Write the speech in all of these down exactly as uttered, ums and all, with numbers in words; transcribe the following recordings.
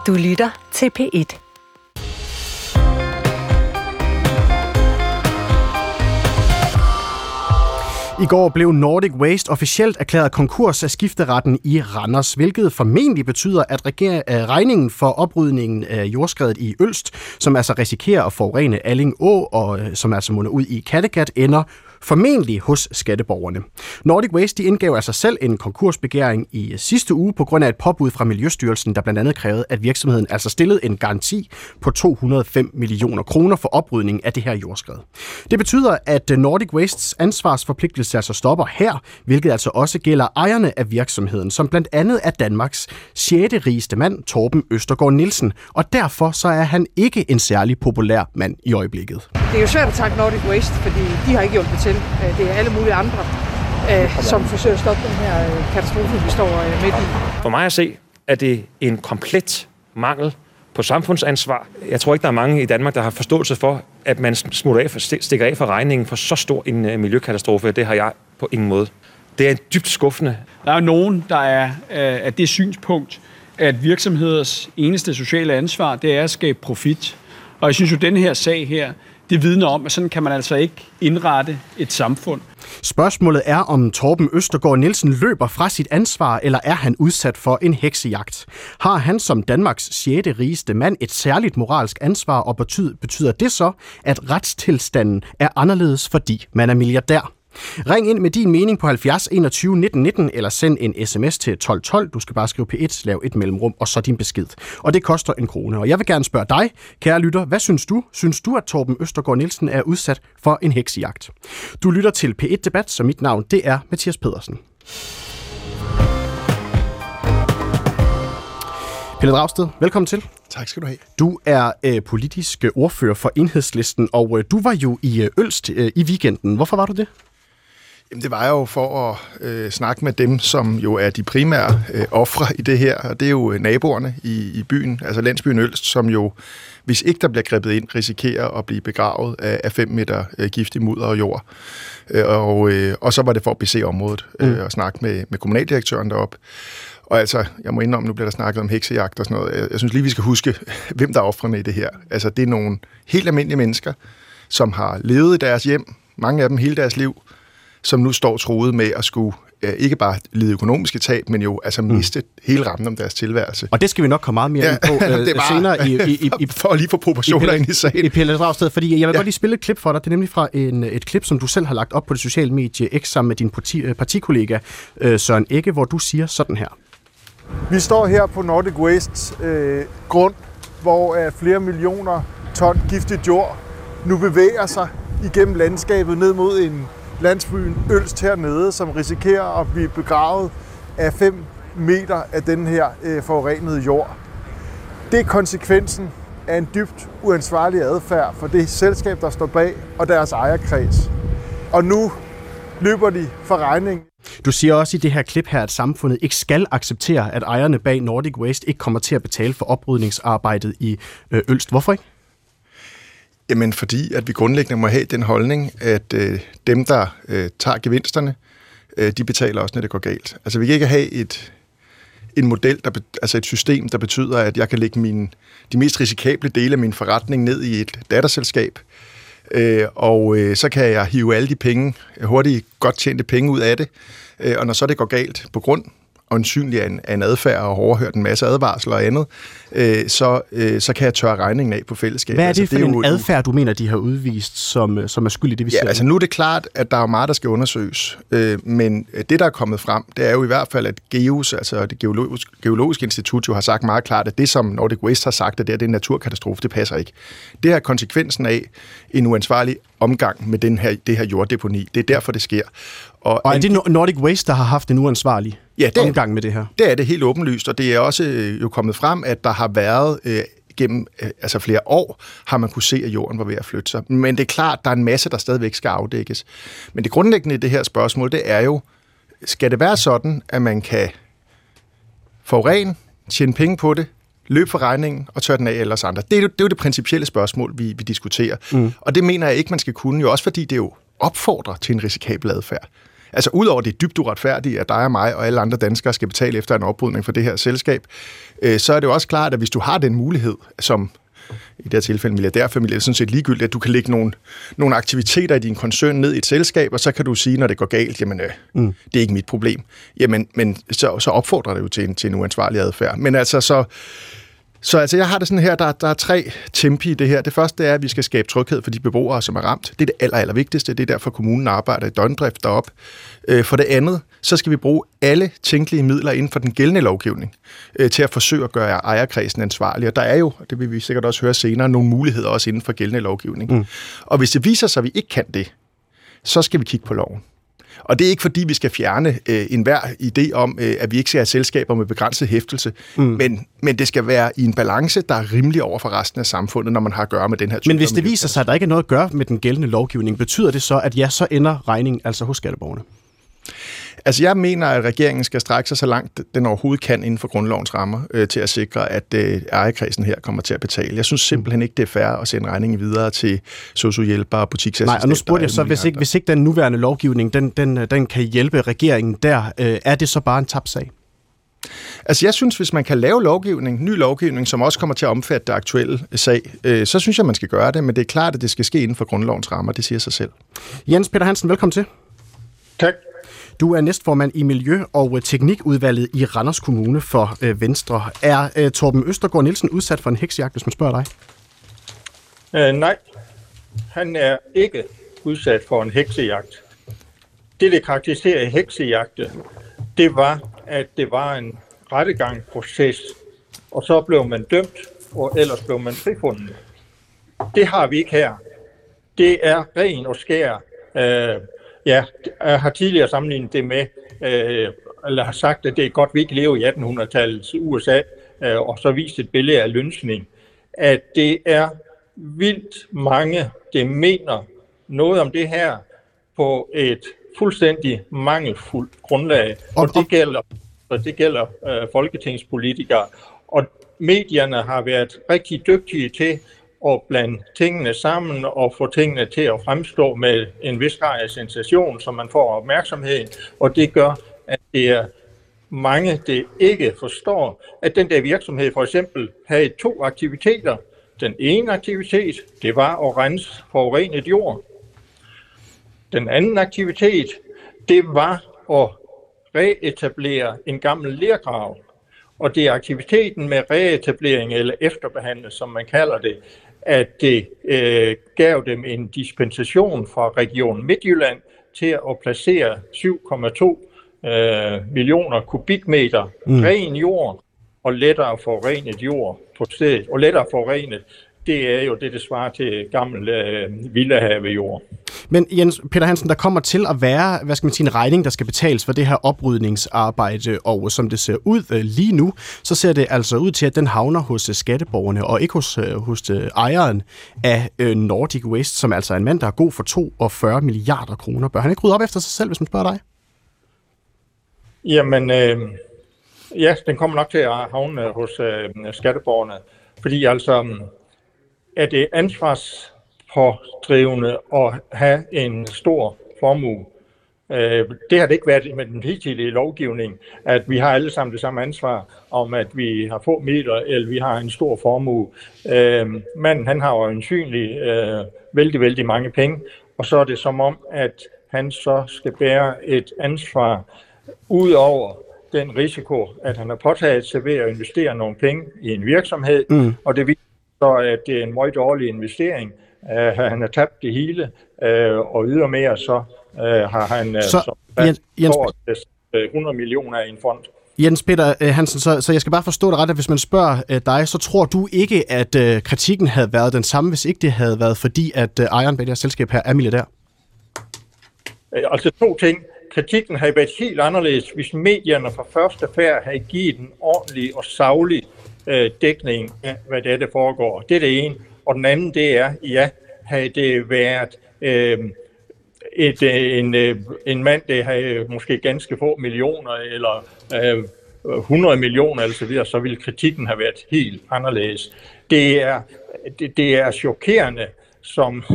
Du lytter til P et. I går blev Nordic Waste officielt erklæret konkurs af skifteretten i Randers, hvilket formentlig betyder, at regningen for oprydningen af jordskredet i Ølst, som altså risikerer at forurene Alling Å, og som altså munder ud i Kattegat, ender formentlig hos skatteborgerne. Nordic Waste de indgav altså selv en konkursbegæring i sidste uge på grund af et påbud fra Miljøstyrelsen, der blandt andet krævede, at virksomheden altså stillede en garanti på to hundrede og fem millioner kroner for oprydning af det her jordskred. Det betyder, at Nordic Wastes ansvarsforpligtelse altså stopper her, hvilket altså også gælder ejerne af virksomheden, som blandt andet er Danmarks sjette rigeste mand, Torben Østergaard Nielsen, og derfor så er han ikke en særlig populær mand i øjeblikket. Det er jo svært at takke Nordic Waste, fordi de har ikke hjulpet til. Det er alle mulige andre, som forsøger at stoppe den her katastrofe, vi står midt i. For mig at se, er det en komplet mangel på samfundsansvar. Jeg tror ikke, der er mange i Danmark, der har forståelse for, at man smutter af, stikker af for regningen for så stor en miljøkatastrofe. Det har jeg på ingen måde. Det er dybt skuffende. Der er jo nogen, der er af det synspunkt, at virksomheders eneste sociale ansvar, det er at skabe profit. Og jeg synes jo, at denne her sag her, det vidner om, at sådan kan man altså ikke indrette et samfund. Spørgsmålet er, om Torben Østergaard Nielsen løber fra sit ansvar, eller er han udsat for en heksejagt? Har han som Danmarks sjette rigeste mand et særligt moralsk ansvar, og betyder det så, at retstilstanden er anderledes, fordi man er milliardær? Ring ind med din mening på halvfjerds enogtyve nitten nitten, eller send en sms til tolv tolv. Du skal bare skrive P et, lav et mellemrum, og så din besked. Og det koster en krone. Og jeg vil gerne spørge dig, kære lytter, hvad synes du? Synes du, at Torben Østergaard Nielsen er udsat for en heksejagt? Du lytter til P et Debat, så mit navn det er Mathias Pedersen. Pelle Dragsted, velkommen til. Tak skal du have. Du er øh, politisk ordfører for Enhedslisten, og øh, du var jo i øh, Ølst øh, i weekenden. Hvorfor var du det? Jamen, det var jo for at øh, snakke med dem, som jo er de primære øh, ofre i det her, og det er jo øh, naboerne i, i byen, altså landsbyen Ølst, som jo, hvis ikke der bliver grebet ind, risikerer at blive begravet af, af fem meter øh, giftig mudder og jord. Øh, og, øh, og så var det for at bese området øh, mm. og snakke med, med kommunaldirektøren deroppe. Og altså, jeg må indrømme, nu bliver der snakket om heksejagt og sådan noget. Jeg, jeg synes lige, vi skal huske, hvem der er ofrene i det her. Altså, det er nogle helt almindelige mennesker, som har levet i deres hjem, mange af dem hele deres liv, som nu står truet med at skulle ja, ikke bare lide økonomiske tab, men jo altså miste mm. hele rammen om deres tilværelse. Og det skal vi nok komme meget mere ind på ja, øh, senere i, i, i, for at lige få proportioner ind i sagen. I Pelle Dragsted, fordi jeg vil ja. godt lige spille et klip for dig. Det er nemlig fra en, et klip, som du selv har lagt op på det sociale medie X sammen med din parti, partikollega øh, Søren Egge, hvor du siger sådan her. Vi står her på Nordic Wastes øh, grund, hvor øh, flere millioner ton giftigt jord nu bevæger sig igennem landskabet ned mod en landsbyen Ølst hernede, som risikerer at blive begravet af fem meter af den her øh, forurenede jord. Det er konsekvensen af en dybt uansvarlig adfærd for det selskab, der står bag, og deres ejerkreds. Og nu løber de for regningen. Du siger også i det her klip her, at samfundet ikke skal acceptere, at ejerne bag Nordic Waste ikke kommer til at betale for oprydningsarbejdet i øh, Ølst. Hvorfor ikke? Jamen fordi, at vi grundlæggende må have den holdning, at øh, dem, der øh, tager gevinsterne, øh, de betaler også, når det går galt. Altså vi kan ikke have et, en model, der, altså et system, der betyder, at jeg kan lægge mine, de mest risikable dele af min forretning ned i et datterselskab, øh, og øh, så kan jeg hive alle de penge, hurtigt godt tjente penge ud af det, øh, og når så det går galt på grund øjensynligt af en, af en adfærd og overhørt en masse advarsler og andet, øh, så, øh, så kan jeg tørre regningen af på fællesskabet. Hvad er det altså, for det er en jo, adfærd, du mener, de har udvist, som, som er skyld i det, vi ja, ser? altså nu er det klart, at der er meget, der skal undersøges. Øh, men det, der er kommet frem, det er jo i hvert fald, at GEOS, altså det geologiske, geologiske institut, jo har sagt meget klart, at det, som Nordic Waste har sagt, at det er, det er en naturkatastrofe, det passer ikke. Det er konsekvensen af en uansvarlig omgang med den her, det her jorddeponi. Det er derfor, det sker. Og, og er det Nordic Waste, der har haft en uansvarlig ja, det er, omgang med det her? Det er det helt åbenlyst, og det er også øh, jo kommet frem, at der har været øh, gennem øh, altså flere år, har man kunne se, at jorden var ved at flytte sig. Men det er klart, der er en masse, der stadigvæk skal afdækkes. Men det grundlæggende i det her spørgsmål, det er jo, skal det være sådan, at man kan forurene, tjene penge på det, løbe for regningen og tørre den af ellers andre? Det er jo det, er jo det principielle spørgsmål, vi, vi diskuterer. Mm. Og det mener jeg ikke, man skal kunne, jo også fordi det jo opfordrer til en risikabel adfærd. Altså udover det dybt uretfærdige, at dig og mig og alle andre danskere skal betale efter en oprydning for det her selskab, øh, så er det jo også klart, at hvis du har den mulighed, som i det her tilfælde milliardærfamilie, er sådan set ligegyldigt, at du kan lægge nogle, nogle aktiviteter i din koncern ned i et selskab, og så kan du sige, når det går galt, jamen øh, mm. det er ikke mit problem. Jamen, men så, så opfordrer det jo til en, til en uansvarlig adfærd. Men altså så... Så altså, jeg har det sådan her, der, der er tre tempi i det her. Det første er, at vi skal skabe tryghed for de beboere, som er ramt. Det er det aller, aller vigtigste. Det er derfor, kommunen arbejder i døgndrift derop. For det andet, så skal vi bruge alle tænkelige midler inden for den gældende lovgivning til at forsøge at gøre ejerkredsen ansvarlig. Og der er jo, det vil vi sikkert også høre senere, nogle muligheder også inden for gældende lovgivning. Mm. Og hvis det viser sig, at vi ikke kan det, så skal vi kigge på loven. Og det er ikke fordi, vi skal fjerne øh, enhver idé om, øh, at vi ikke skal have selskaber med begrænset hæftelse, mm. men, men det skal være i en balance, der er rimelig over for resten af samfundet, når man har at gøre med den her type. Men hvis det viser sig, at der ikke er noget at gøre med den gældende lovgivning, betyder det så, at ja, så ender regningen altså hos skatteborgerne? Altså jeg mener, at regeringen skal strække sig så langt, den overhovedet kan inden for grundlovens rammer, øh, til at sikre, at øh, ejerkredsen her kommer til at betale. Jeg synes simpelthen ikke, det er fair at sende regningen videre til sosu-hjælpere og butiksassistenter. Nej, og nu spurgte jeg så, hvis ikke, hvis ikke den nuværende lovgivning, den, den, den kan hjælpe regeringen der, øh, er det så bare en tabt sag? Altså jeg synes, hvis man kan lave lovgivning, ny lovgivning, som også kommer til at omfatte det aktuelle sag, øh, så synes jeg, man skal gøre det, men det er klart, at det skal ske inden for grundlovens rammer, det siger sig selv. Jens Peter Hansen, velkommen til. Tak. Du er næstformand i Miljø- og Teknikudvalget i Randers Kommune for øh, Venstre. Er øh, Torben Østergaard Nielsen udsat for en heksejagt, hvis man spørger dig? Øh, nej, han er ikke udsat for en heksejagt. Det, der karakteriserer heksejagte, det var, at det var en rettegangsproces, og så blev man dømt, og ellers blev man frifundet. Det har vi ikke her. Det er ren og skær. Øh, ja, jeg har tidligere sammenlignet det med, øh, eller har sagt, at det er godt, vi ikke lever i attenhundredetallets U S A, øh, og så vist et billede af lynchning. At det er vildt mange, der mener noget om det her på et fuldstændig mangelfuldt grundlag. Og det gælder, og det gælder øh, folketingspolitikere. Og medierne har været rigtig dygtige til at blande tingene sammen og få tingene til at fremstå med en vis grad af sensation, så man får opmærksomhed. Og det gør, at det er mange, der ikke forstår, at den der virksomhed for eksempel havde to aktiviteter. Den ene aktivitet, det var at rense forurenet jord. Den anden aktivitet, det var at reetablere en gammel lergrav. Og det er aktiviteten med reetablering eller efterbehandling, som man kalder det, at det øh, gav dem en dispensation fra Region Midtjylland til at placere syv komma to øh, millioner kubikmeter mm. ren jord og lettere forurenet jord på stedet. Og lettere forurenet, det er jo det, det svarer til gammel øh, villahavejord. Men Jens Peter Hansen, der kommer til at være, hvad skal man sige, en regning, der skal betales for det her oprydningsarbejde, og som det ser ud øh, lige nu, så ser det altså ud til, at den havner hos øh, skatteborgerne, og ikke hos, øh, hos øh, ejeren af øh, Nordic Waste, som altså er en mand, der er god for toogfyrre milliarder kroner. Bør han ikke rydde op efter sig selv, hvis man spørger dig? Jamen, øh, ja, den kommer nok til at havne hos øh, skatteborgerne, fordi altså er det ansvarspådrivende at have en stor formue. Det har det ikke været med den hidtidige lovgivning, at vi har alle sammen det samme ansvar om, at vi har få midler, eller vi har en stor formue. Manden, han har jo øjensynligt vældig, vældig mange penge, og så er det som om, at han så skal bære et ansvar ud over den risiko, at han har påtaget sig ved at investere nogle penge i en virksomhed, mm. og det viser så, at det er en meget dårlig investering. Uh, han har tabt det hele, uh, og ydermere så uh, har han uh, så, så Jens, Jens, hundrede millioner i en fond. Jens Peter Hansen, så, så jeg skal bare forstå det ret, at hvis man spørger uh, dig, så tror du ikke, at uh, kritikken havde været den samme, hvis ikke det havde været fordi, at uh, ejeren bag det her selskab her er milliardær? Uh, altså to ting. Kritikken havde været helt anderledes, hvis medierne fra første færd havde givet en ordentlig og saglig dækning af, hvad det er, der foregår. Det er det ene. Og den anden, det er, ja, havde det været øh, et, en, en mand, der havde måske ganske få millioner, eller øh, hundrede millioner, eller så videre, så ville kritikken have været helt anderledes. Det er, det, det er chokerende, som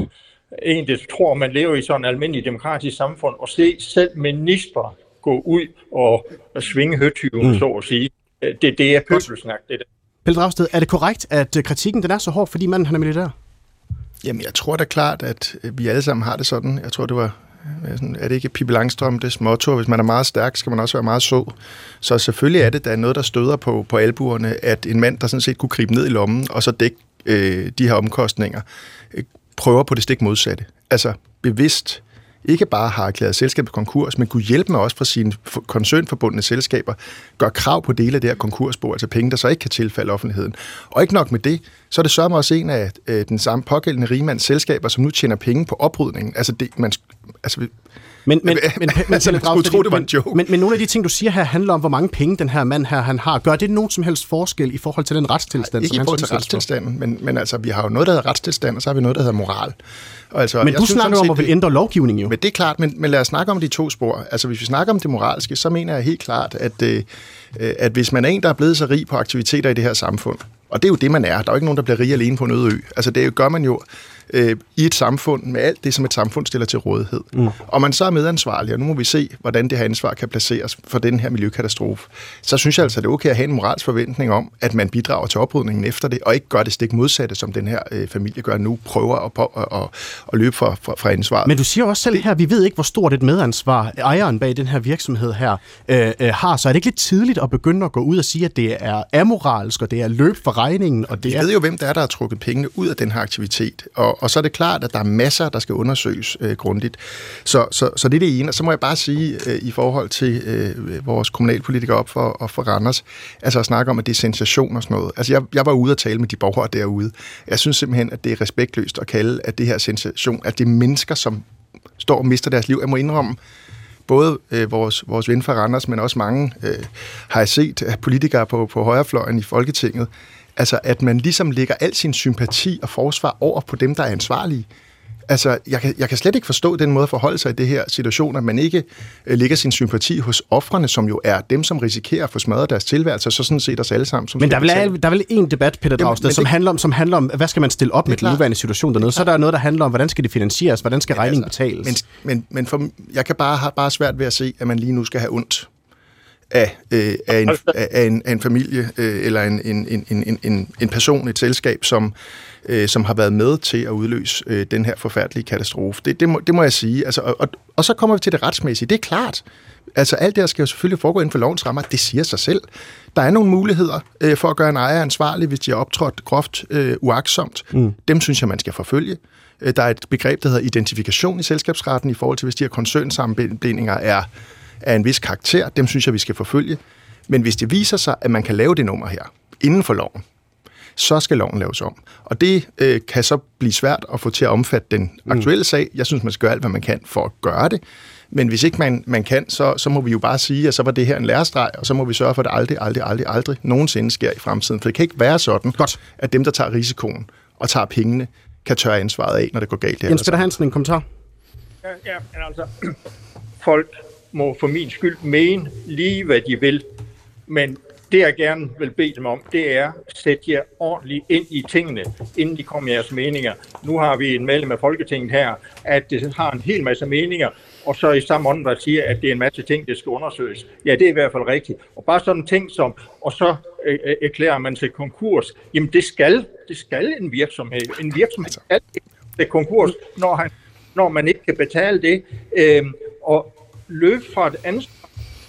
egentlig tror, man lever i sådan et almindeligt demokratisk samfund, og se selv ministre gå ud og, og svinge høtyven, mm. så at sige. Det, det er pøbelsnak, det der. Pelle Dragsted, er det korrekt, at kritikken den er så hård, fordi manden han er militær? Jamen, jeg tror da klart, at vi alle sammen har det sådan. Jeg tror, det var... Er det ikke Pippi Langstrømpes motto? Hvis man er meget stærk, skal man også være meget så. Så selvfølgelig er det, der er noget, der støder på, på albuerne, at en mand, der sådan set kunne gribe ned i lommen, og så dække øh, de her omkostninger, øh, prøver på det stik modsatte. Altså bevidst ikke bare har erklæret selskabet konkurs, men kunne hjælpe med også fra sine koncernforbundne selskaber, gør krav på dele af det her konkursbo, altså penge, der så ikke kan tilfalde offentligheden. Og ikke nok med det, så er det sørme også en af øh, den samme pågældende rigmands selskaber, som nu tjener penge på oprydningen. Altså, det, man, altså Men, men, men, men, altså, man skulle tro, det var en joke. Men, men nogle af de ting, du siger her, handler om, hvor mange penge den her mand her han har. Gør det nogen som helst forskel i forhold til den retstilstand? Nej, ikke i forhold til retstilstanden, men, men altså, vi har jo noget, der hedder retstilstand, og så har vi noget, der hedder moral. Og altså, men du snakker om at vil ændre lovgivningen jo. Men det er klart, men, men lad os snakke om de to spor. Altså, hvis vi snakker om det moralske, så mener jeg helt klart, at, øh, at hvis man er en, der er blevet så rig på aktiviteter i det her samfund, og det er jo det, man er. Der er jo ikke nogen, der bliver rig alene på en øde ø. Altså, det gør man jo øh, i et samfund med alt det, som et samfund stiller til rådighed. Mm. Og man så er medansvarlig, og nu må vi se, hvordan det her ansvar kan placeres for den her miljøkatastrofe. Så synes jeg altså, at det er okay at have en moralsk forventning om, at man bidrager til oprydningen efter det, og ikke gør det stik modsatte, som den her øh, familie gør nu, prøver at, på, at, at, at løbe fra, fra, fra ansvaret. Men du siger også selv her, vi ved ikke, hvor stort et medansvar ejeren bag den her virksomhed her øh, øh, har, så er det ikke lidt tidligt at begynde at gå ud og sige, at det er amoralsk, og det er løb for regningen, og det er... Vi ved jo, hvem der er, der har trukket pengene ud af den her aktivitet, og, og så er det klart, at der er masser, der skal undersøges øh, grundigt. Så, så, så det er det ene, og så må jeg bare sige, øh, i forhold til øh, vores kommunalpolitikere op for, og for Randers, altså at snakke om, at det er sensation og sådan noget. Altså jeg, jeg var ude og tale med de borgere derude. Jeg synes simpelthen, at det er respektløst at kalde, at det her sensation, at det er mennesker, som står og mister deres liv. Jeg må indrømme, både øh, vores, vores ven fra Randers, men også mange øh, har jeg set af politikere på, på højrefløjen i Folketinget, altså at man ligesom lægger al sin sympati og forsvar over på dem, der er ansvarlige. Altså, jeg kan, jeg kan slet ikke forstå den måde at forholde sig i det her situation, at man ikke øh, lægger sin sympati hos ofrene, som jo er dem, som risikerer at få smadret deres tilværelse, så sådan set os alle sammen. Som men der er, vel, der er vel en debat, Peter Dragsted, som, handler om, som handler om, hvad skal man stille op med den nuværende situation dernede? Så er der noget, der handler om, hvordan skal det finansieres, hvordan skal men regningen altså, betales? Men, men, men for, jeg kan bare have bare svært ved at se, at man lige nu skal have ondt af, øh, af, en, af, en, af en familie øh, eller en, en, en, en, en, en person, et selskab, som, øh, som har været med til at udløse øh, den her forfærdelige katastrofe. Det, det, må, det må jeg sige. Altså, og, og, og så kommer vi til det retsmæssige. Det er klart. Altså alt det her skal jo selvfølgelig foregå inden for lovens rammer. Det siger sig selv. Der er nogle muligheder øh, for at gøre en ejer ansvarlig, hvis de har optrådt groft øh, uagtsomt. Mm. Dem synes jeg, man skal forfølge. Der er et begreb, der hedder identifikation i selskabsretten i forhold til, hvis de her koncernsammenbindinger er af en vis karakter. Dem synes jeg, vi skal forfølge. Men hvis det viser sig, at man kan lave det nummer her inden for loven, så skal loven laves om. Og det øh, kan så blive svært at få til at omfatte den aktuelle sag. Jeg synes, man skal gøre alt, hvad man kan for at gøre det. Men hvis ikke man, man kan, så, så må vi jo bare sige, at så var det her en lærestreg, og så må vi sørge for, at det aldrig, aldrig, aldrig, aldrig nogensinde sker i fremtiden. For det kan ikke være sådan, Godt. at dem, der tager risikoen og tager pengene, kan tørre ansvaret af, når det går galt. Jens Peter Hansen, en kommentar? Ja, ja, men altså, folk må for min skyld mene lige, hvad de vil. Men det, jeg gerne vil bede dem om, det er at sætte jer ordentligt ind i tingene, inden de kommer med jeres meninger. Nu har vi en medlem af Folketinget her, at det har en hel masse meninger, og så i samme ånd, der siger, at det er en masse ting, der skal undersøges. Ja, det er i hvert fald rigtigt. Og bare sådan en ting som, og så øh, erklærer man til konkurs. Jamen, det skal, det skal en virksomhed. En virksomhed skal til konkurs, når, han, når man ikke kan betale det. Øh, og løbe fra et ansvar.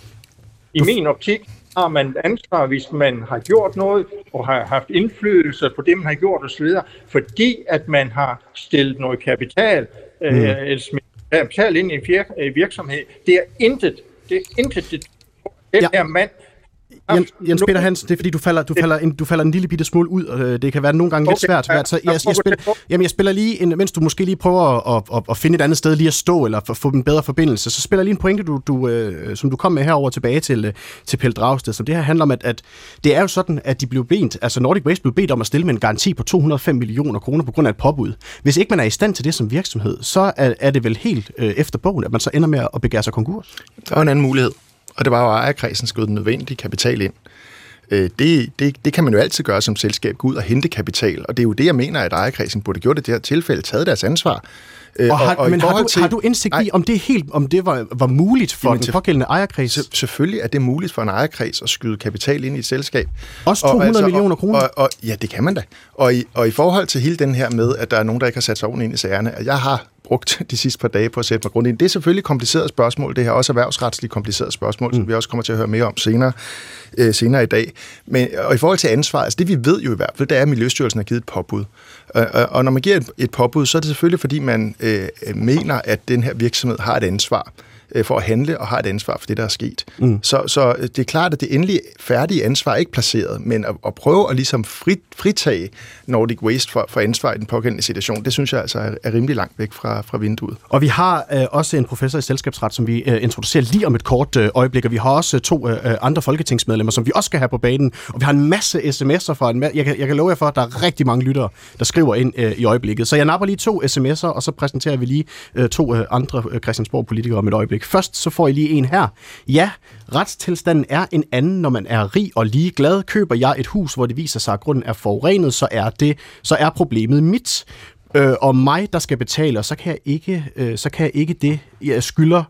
I min optik har man et ansvar, hvis man har gjort noget, og har haft indflydelse på det, man har gjort osv., fordi at man har stillet noget kapital, mm. øh, kapital ind i en virksomhed. Det er intet, det er intet, det den ja. her mand. Jens, Jens Peter Hansen, det er fordi, du falder, du falder, en, du falder en lille bitte smule ud, og det kan være nogle gange okay, lidt svært. Ja, så jeg, jeg, spiller, jamen, jeg spiller lige, en, mens du måske lige prøver at, at, at finde et andet sted lige at stå, eller få en bedre forbindelse, så spiller jeg lige en pointe, du, du, øh, som du kom med herover tilbage til, til Pelle Dragsted, som det her handler om, at, at det er jo sådan, at de blev bedt, altså Nordic Waste blev bedt om at stille med en garanti på to hundrede og fem millioner kroner på grund af et påbud. Hvis ikke man er i stand til det som virksomhed, så er, er det vel helt øh, efter bogen, at man så ender med at begære sig konkurs? Der er en anden mulighed, og det var jo, at ejerkredsen skød den nødvendige kapital ind. Øh, det, det, det kan man jo altid gøre som selskab, gå ud og hente kapital, og det er jo det, jeg mener, at ejerkredsen burde have gjort i det her tilfælde, taget deres ansvar. Og har, og, og men har du, til, har du indsigt i, om det, helt, om det var, var muligt for jamen, den pågældende ejerkreds? Til, selvfølgelig er det muligt for en ejerkreds at skyde kapital ind i et selskab. Også to hundrede og, altså, millioner kroner? Og, og, ja, det kan man da. Og i, og i forhold til hele den her med, at der er nogen, der ikke har sat sig ordentligt ind i sagerne, at jeg har brugt de sidste par dage på at sætte mig grundigt ind. Det er selvfølgelig komplicerede spørgsmål. Det her også erhvervsretsligt komplicerede spørgsmål, mm. som vi også kommer til at høre mere om senere, øh, senere i dag. Men, og i forhold til ansvar, altså det vi ved jo i hvert fald, det er, at Miljøstyrelsen har givet et påbud. Og, og, og når man giver et, et påbud, så er det selvfølgelig, fordi man øh, mener, at den her virksomhed har et ansvar for at handle og har et ansvar for det, der er sket. Mm. Så, så det er klart, at det endelige færdige ansvar er ikke placeret, men at, at prøve at ligesom frit, fritage Nordic Waste for, for ansvar i den pågældende situation, det synes jeg altså er, er rimelig langt væk fra, fra vinduet. Og vi har øh, også en professor i selskabsret, som vi øh, introducerer lige om et kort øh, øjeblik, og vi har også to øh, andre folketingsmedlemmer, som vi også skal have på banen, og vi har en masse sms'er fra en ma- jeg, kan, jeg kan love jer for, at der er rigtig mange lyttere, der skriver ind øh, i øjeblikket. Så jeg napper lige to sms'er, og så præsenterer vi lige øh, to øh, andre øh, Christiansborg-politikere om et øjeblik. Først så får I lige en her. Ja, retstilstanden er en anden, når man er rig og ligeglad. Køber jeg et hus, hvor det viser sig, at grunden er forurenet, så er, det, så er problemet mit. Øh, og mig, der skal betale, og så kan jeg ikke, øh, så kan jeg ikke det, jeg skylder.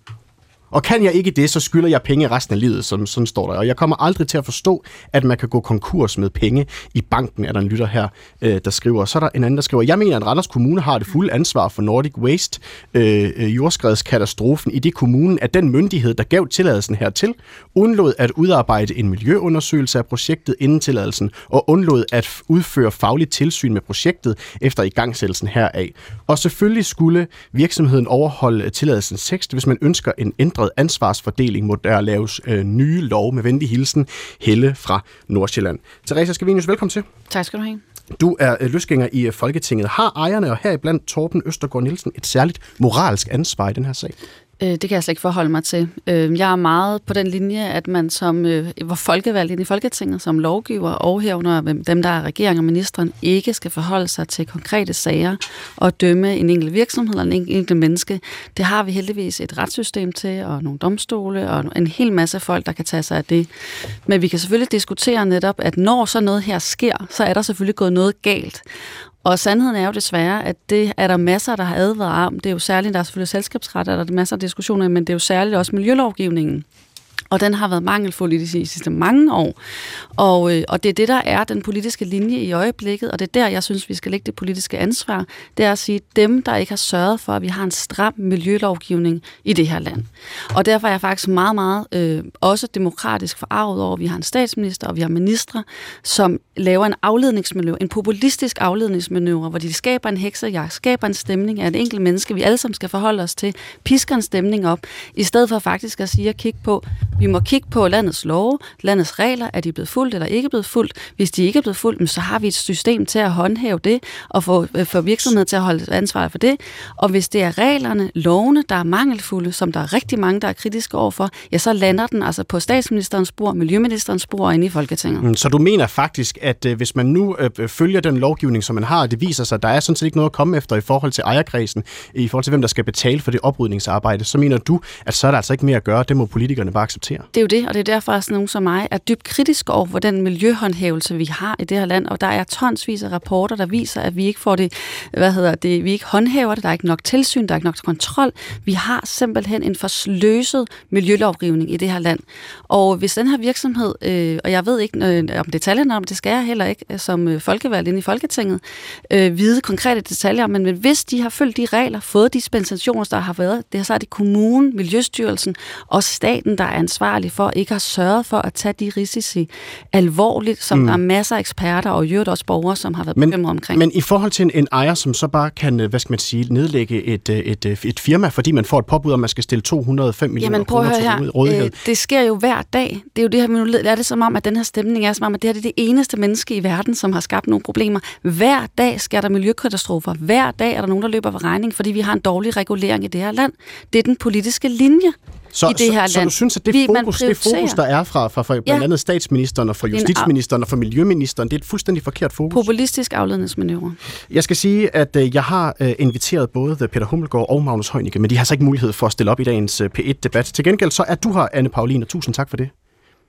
Og kan jeg ikke det, så skylder jeg penge resten af livet, som sådan står der. Og jeg kommer aldrig til at forstå, at man kan gå konkurs med penge i banken, er der en lytter her, øh, der skriver. Så er der en anden, der skriver, jeg mener, at Randers Kommune har det fulde ansvar for Nordic Waste, øh, jordskredskatastrofen, i det kommunen er den myndighed, der gav tilladelsen hertil, undlod at udarbejde en miljøundersøgelse af projektet inden tilladelsen, og undlod at udføre fagligt tilsyn med projektet efter igangsættelsen heraf. Og selvfølgelig skulle virksomheden overholde tilladelsens tekst, hvis man ønsker en ændret ansvarsfordeling, må der laves øh, nye lov. Med venlig hilsen, Helle fra Nordsjælland. Therese Scavenius, velkommen til. Tak skal du have. Du er øh, løsgænger i øh, Folketinget. Har ejerne og heriblandt Torben Østergaard Nielsen et særligt moralsk ansvar i den her sag? Det kan jeg slet ikke forholde mig til. Jeg er meget på den linje, at man som var folkevalgt ind i Folketinget, som lovgiver og herunder dem, der er regering og ministeren, ikke skal forholde sig til konkrete sager og dømme en enkelt virksomhed eller en enkelt menneske. Det har vi heldigvis et retssystem til, og nogle domstole og en hel masse folk, der kan tage sig af det. Men vi kan selvfølgelig diskutere netop, at når så noget her sker, så er der selvfølgelig gået noget galt. Og sandheden er jo desværre, at det er der masser, der har advaret om. Det er jo særligt, der er selvfølgelig selskabsret, der er der masser af diskussioner, men det er jo særligt også miljølovgivningen. Og den har været mangelfuld i de sidste mange år. Og, øh, og det er det, der er den politiske linje i øjeblikket, og det er der, jeg synes, vi skal lægge det politiske ansvar. Det er at sige, dem, der ikke har sørget for, at vi har en stram miljølovgivning i det her land. Og derfor er jeg faktisk meget, meget øh, også demokratisk forarvet over, at vi har en statsminister, og vi har ministre, som laver en afledningsmanøvre, en populistisk afledningsmanøvre, hvor de skaber en heksejagt, skaber en stemning af et enkelt menneske, vi alle sammen skal forholde os til, pisker en stemning op, i stedet for faktisk at sige og kigge på, vi må kigge på landets love, landets regler, er de blevet fulgt eller ikke blevet fulgt. Hvis de ikke er blevet fulgt, så har vi et system til at håndhæve det, og få, få virksomheder til at holde ansvar for det. Og hvis det er reglerne, lovene, der er mangelfulde, som der er rigtig mange, der er kritiske overfor, ja, så lander den altså på statsministerens spor, miljøministerens spor og inde i Folketinget. Så du mener faktisk, at øh, hvis man nu øh, følger den lovgivning, som man har, det viser sig, at der er sådan set ikke noget at komme efter i forhold til ejerkredsen, i forhold til hvem der skal betale for det oprydningsarbejde, så mener du, at så er der altså ikke mere at gøre, det må politikerne bare acceptere. Det er jo det, og det er derfor, at nogen som mig er dybt kritisk over for den miljøhåndhævelse, vi har i det her land, og der er tonsvis af rapporter, der viser, at vi ikke får det, hvad hedder det, vi ikke håndhæver det, der er ikke nok tilsyn, der er ikke nok kontrol. Vi har simpelthen en forsløset miljølovgivning i det her land. Og hvis den her virksomhed, øh, og jeg ved ikke øh, om detaljerne om, det skal jeg heller ikke som øh, folkevalgt inde i Folketinget, øh, vide konkrete detaljer, men hvis de har følgt de regler, fået de dispensationer, der har været, det er så er det kommunen, Miljøstyrelsen og staten, der er ansvarlig for ikke har sørget for at tage de risici alvorligt, som mm. der er masser af eksperter og jo også borgere, som har været bekymret omkring. Men i forhold til en, en ejer, som så bare kan, hvad skal man sige, nedlægge et, et, et, et firma, fordi man får et påbud, om man skal stille to hundrede og fem millioner kroner til rådighed. Øh, det sker jo hver dag. Det er jo det her, nu er det som om, at den her stemning er som om, at det her det er det eneste menneske i verden, som har skabt nogle problemer. Hver dag sker der miljøkatastrofer. Hver dag er der nogen, der løber for regning, fordi vi har en dårlig regulering i det her land. Det er den politiske linje. Så, i det her så, land. Så du synes, at det, fokus, det fokus, der er fra, fra, fra blandt ja. andet statsministeren og fra justitsministeren og fra miljøministeren, det er et fuldstændig forkert fokus? Populistisk afledningsmanøvre. Jeg skal sige, at jeg har inviteret både Peter Hummelgaard og Magnus Heunicke, men de har så ikke mulighed for at stille op i dagens P et-debat. Til gengæld så er du her, Anne Pauline, og tusind tak for det.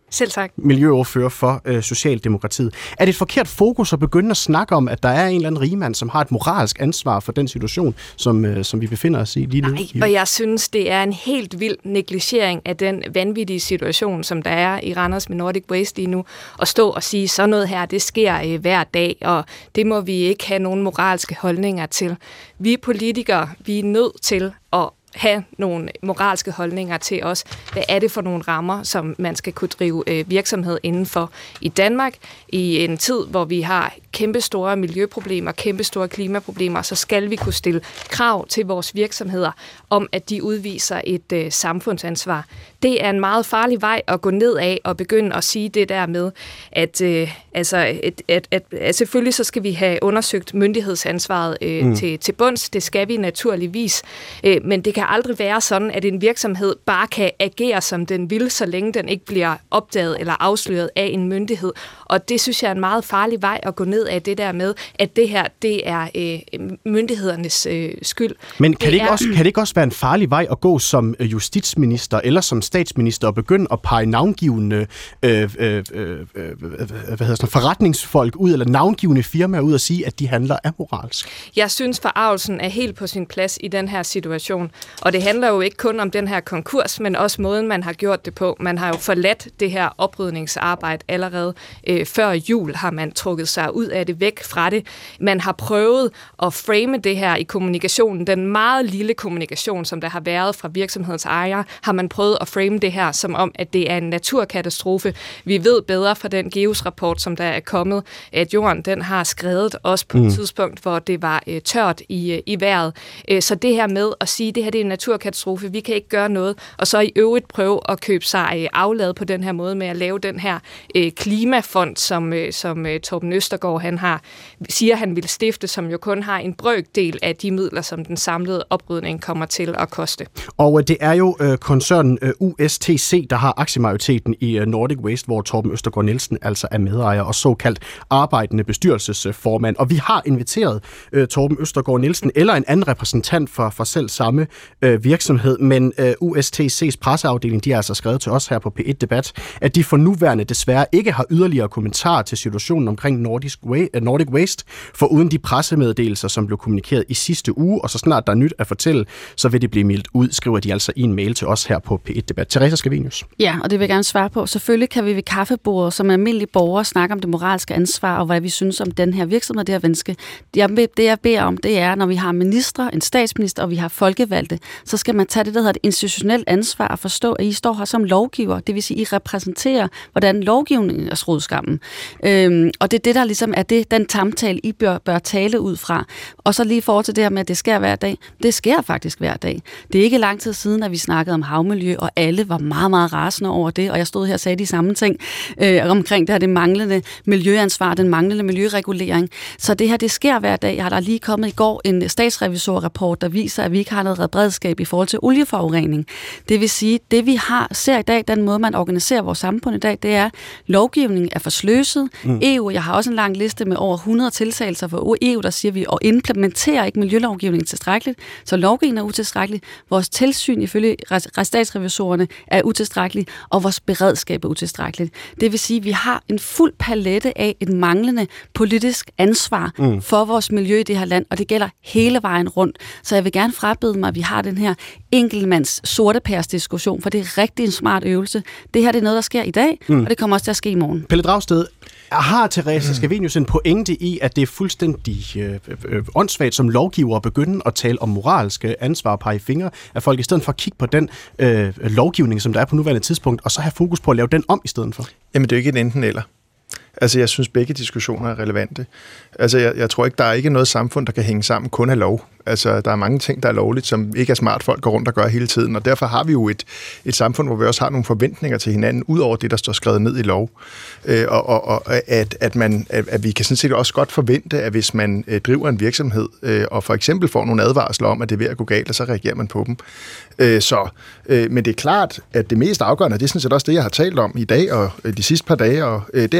Selv tak. Miljøordfører for øh, Socialdemokratiet. Er det et forkert fokus at begynde at snakke om, at der er en eller anden rigmand, som har et moralsk ansvar for den situation, som, øh, som vi befinder os i lige nu? Nej, og jeg synes, det er en helt vild negligering af den vanvittige situation, som der er i Randers med Nordic Waste lige nu, at stå og sige, sådan noget her, det sker øh, hver dag, og det må vi ikke have nogen moralske holdninger til. Vi politikere, vi er nødt til at have nogle moralske holdninger til os. Hvad er det for nogle rammer, som man skal kunne drive øh, virksomhed indenfor i Danmark? I en tid, hvor vi har kæmpe store miljøproblemer, kæmpe store klimaproblemer, så skal vi kunne stille krav til vores virksomheder om, at de udviser et øh, samfundsansvar. Det er en meget farlig vej at gå ned af og begynde at sige det der med, at, øh, altså, at, at, at, at selvfølgelig så skal vi have undersøgt myndighedsansvaret øh, mm. til, til bunds. Det skal vi naturligvis. Øh, men det kan aldrig være sådan, at en virksomhed bare kan agere, som den vil, så længe den ikke bliver opdaget eller afsløret af en myndighed. Og det synes jeg er en meget farlig vej at gå ned af, det der med, at det her, det er øh, myndighedernes øh, skyld. Men kan det, det, ikke er... også, kan det ikke også være en farlig vej at gå som justitsminister eller som statsminister og begynde at pege navngivende øh, øh, øh, hvad hedder sådan, forretningsfolk ud, eller navngivende firmaer ud og sige, at de handler amoralsk? Jeg synes, forargelsen er helt på sin plads i den her situation. Og det handler jo ikke kun om den her konkurs, men også måden, man har gjort det på. Man har jo forladt det her oprydningsarbejde allerede øh, før jul, har man trukket sig ud af det, væk fra det. Man har prøvet at frame det her i kommunikationen. Den meget lille kommunikation, som der har været fra virksomhedens ejere, har man prøvet at frame det her som om, at det er en naturkatastrofe. Vi ved bedre fra den GEUS-rapport, som der er kommet, at jorden den har skredet også på mm. et tidspunkt, hvor det var øh, tørt i, øh, i vejret. Øh, så det her med at sige, at det her det er en naturkatastrofe, vi kan ikke gøre noget, og så i øvrigt prøve at købe sig øh, aflad på den her måde med at lave den her øh, klimafond, som, øh, som øh, Torben Østergaard han har, siger, han vil stifte, som jo kun har en brøkdel af de midler, som den samlede oprydning kommer til at koste. Og øh, det er jo øh, koncernen øh, U S T C, der har aktiemajoriteten i øh, Nordic Waste, hvor Torben Østergaard Nielsen altså er medejer og såkaldt arbejdende bestyrelsesformand. Og vi har inviteret øh, Torben Østergaard Nielsen eller en anden repræsentant for, for selv samme øh, virksomhed, men øh, U S T C's presseafdeling, de har altså skrevet til os her på P et Debat, at de for nuværende desværre ikke har yderligere kommentarer til situationen omkring Nordic, Way, uh, Nordic Waste, for uden de pressemeddelelser, som blev kommunikeret i sidste uge, og så snart der er nyt at fortælle, så vil det blive meldt ud, skriver de altså i en mail til os her på P et Debat. Teresa Scavenius. Ja, og det vil jeg gerne svare på. Selvfølgelig kan vi ved kaffebordet som almindelige borgere snakke om det moralske ansvar, og hvad vi synes om den her virksomhed, det her menneske. Det jeg beder om, det er, når vi har ministre, en statsminister, og vi har folkevalgte, så skal man tage det, der hedder et institutionelt ansvar og forstå, at I står her som lovgiver. Det vil sige, at I repræsenterer, hvordan lovgivningen er skruet sammen. Øhm, og det er det, der ligesom er det, den samtale, I bør, bør tale ud fra. Og så lige forhold til det her med, at det sker hver dag. Det sker faktisk hver dag. Det er ikke lang tid siden, at vi snakkede om havmiljø, og alle var meget, meget rasende over det, og jeg stod her og sagde de samme ting øh, omkring det her, det manglende miljøansvar, den manglende miljøregulering. Så det her, det sker hver dag. Jeg har der lige kommet i går en statsrevisorrapport, der viser, at vi ikke har noget beredskab i forhold til olieforurening. Det vil sige, det vi har, ser i dag, den måde, man organiserer vores samfund i dag, det er, lovgivningen er for sløset. Mm. E U, jeg har også en lang liste med over hundrede tiltagelser for E U, der siger, at vi implementerer ikke miljølovgivningen tilstrækkeligt, så lovgivningen er utilstrækkelig. Vores tilsyn ifølge statsrevisorerne er utilstrækkeligt, og vores beredskab er utilstrækkeligt. Det vil sige, at vi har en fuld palette af et manglende politisk ansvar mm. for vores miljø i det her land, og det gælder hele vejen rundt. Så jeg vil gerne frabede mig, at vi har den her enkeltmands sortepærs-diskussion, for det er rigtig en smart øvelse. Det her det er noget, der sker i dag, mm. og det kommer også til at ske i morgen. Pelle Dragsted, har Teresa Scavenius en pointe i, at det er fuldstændig øh, øh, åndssvagt som lovgiver at begynde at tale om moralske ansvar og pege fingre af folk, i stedet for at kigge på den øh, lovgivning, som der er på nuværende tidspunkt, og så have fokus på at lave den om i stedet for? Jamen, det er jo ikke et enten eller. Altså, jeg synes, begge diskussioner er relevante. Altså, jeg, jeg tror ikke, der er ikke noget samfund, der kan hænge sammen kun af lov. Altså, der er mange ting, der er lovligt, som ikke er smart folk går rundt og gør hele tiden, og derfor har vi jo et, et samfund, hvor vi også har nogle forventninger til hinanden, ud over det, der står skrevet ned i lov. Øh, og og, og at, at, man, at, at vi kan sådan set også godt forvente, at hvis man øh, driver en virksomhed, øh, og for eksempel får nogle advarsler om, at det er ved at gå galt, og så reagerer man på dem. Øh, så, øh, men det er klart, at det mest afgørende, det er sådan set også det, jeg har talt om i dag og øh, de sidste par dage, og øh, det er jo, at vi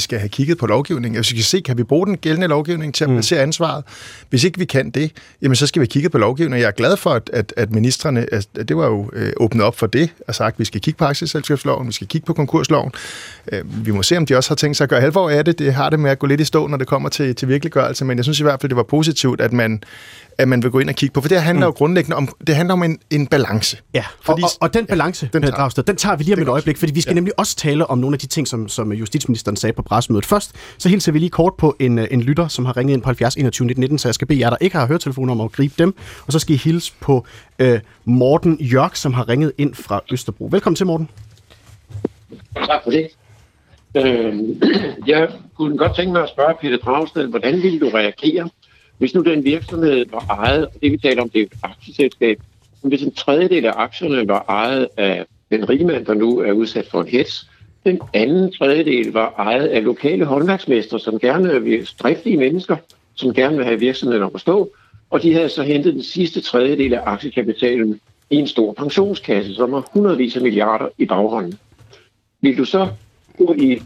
skal have kigget på lovgivningen. Hvis vi kan se, kan vi bruge den gældende lovgivning til at placere ansvaret? Hvis ikke vi kan det, jamen så skal vi kigge på lovgivningen. Jeg er glad for, at, at, at ministerne, at det var jo øh, åbnet op for det, og sagt, at vi skal kigge på aktieselskabsloven, vi skal kigge på konkursloven. Øh, vi må se, om de også har tænkt sig at gøre alvor af det. Det har det med at gå lidt i stå, når det kommer til, til virkeliggørelse, men jeg synes i hvert fald, det var positivt, at man at man vil gå ind og kigge på, for det handler mm. jo grundlæggende om, det handler om en, en balance. Ja, fordi, og, og, og den balance, ja, den, tager, Dragsted, den tager vi lige om et øjeblik, fordi vi skal ja. nemlig også tale om nogle af de ting, som, som justitsministeren sagde på pressemødet. Først, så hilser vi lige kort på en, en lytter, som har ringet ind på halvfjerds enogtyve nitten nitten, så jeg skal bede jer, der ikke har høretelefoner, om at gribe dem, og så skal I hilse på øh, Morten Jørg, som har ringet ind fra Østerbro. Velkommen til, Morten. Tak for det. Øh, jeg kunne godt tænke mig at spørge Pelle Dragsted, hvordan ville du reagere, hvis nu den virksomhed var ejet, og det vi taler om, det er et aktieselskab, men hvis en tredjedel af aktierne var ejet af den rigmand, der nu er udsat for en hets, den anden tredjedel var ejet af lokale håndværksmestre, som gerne vil driftige mennesker, som gerne vil have virksomheden op at stå, og de havde så hentet den sidste tredjedel af aktiekapitalen i en stor pensionskasse, som har hundredvis af milliarder i baghånden. Vil du så gå i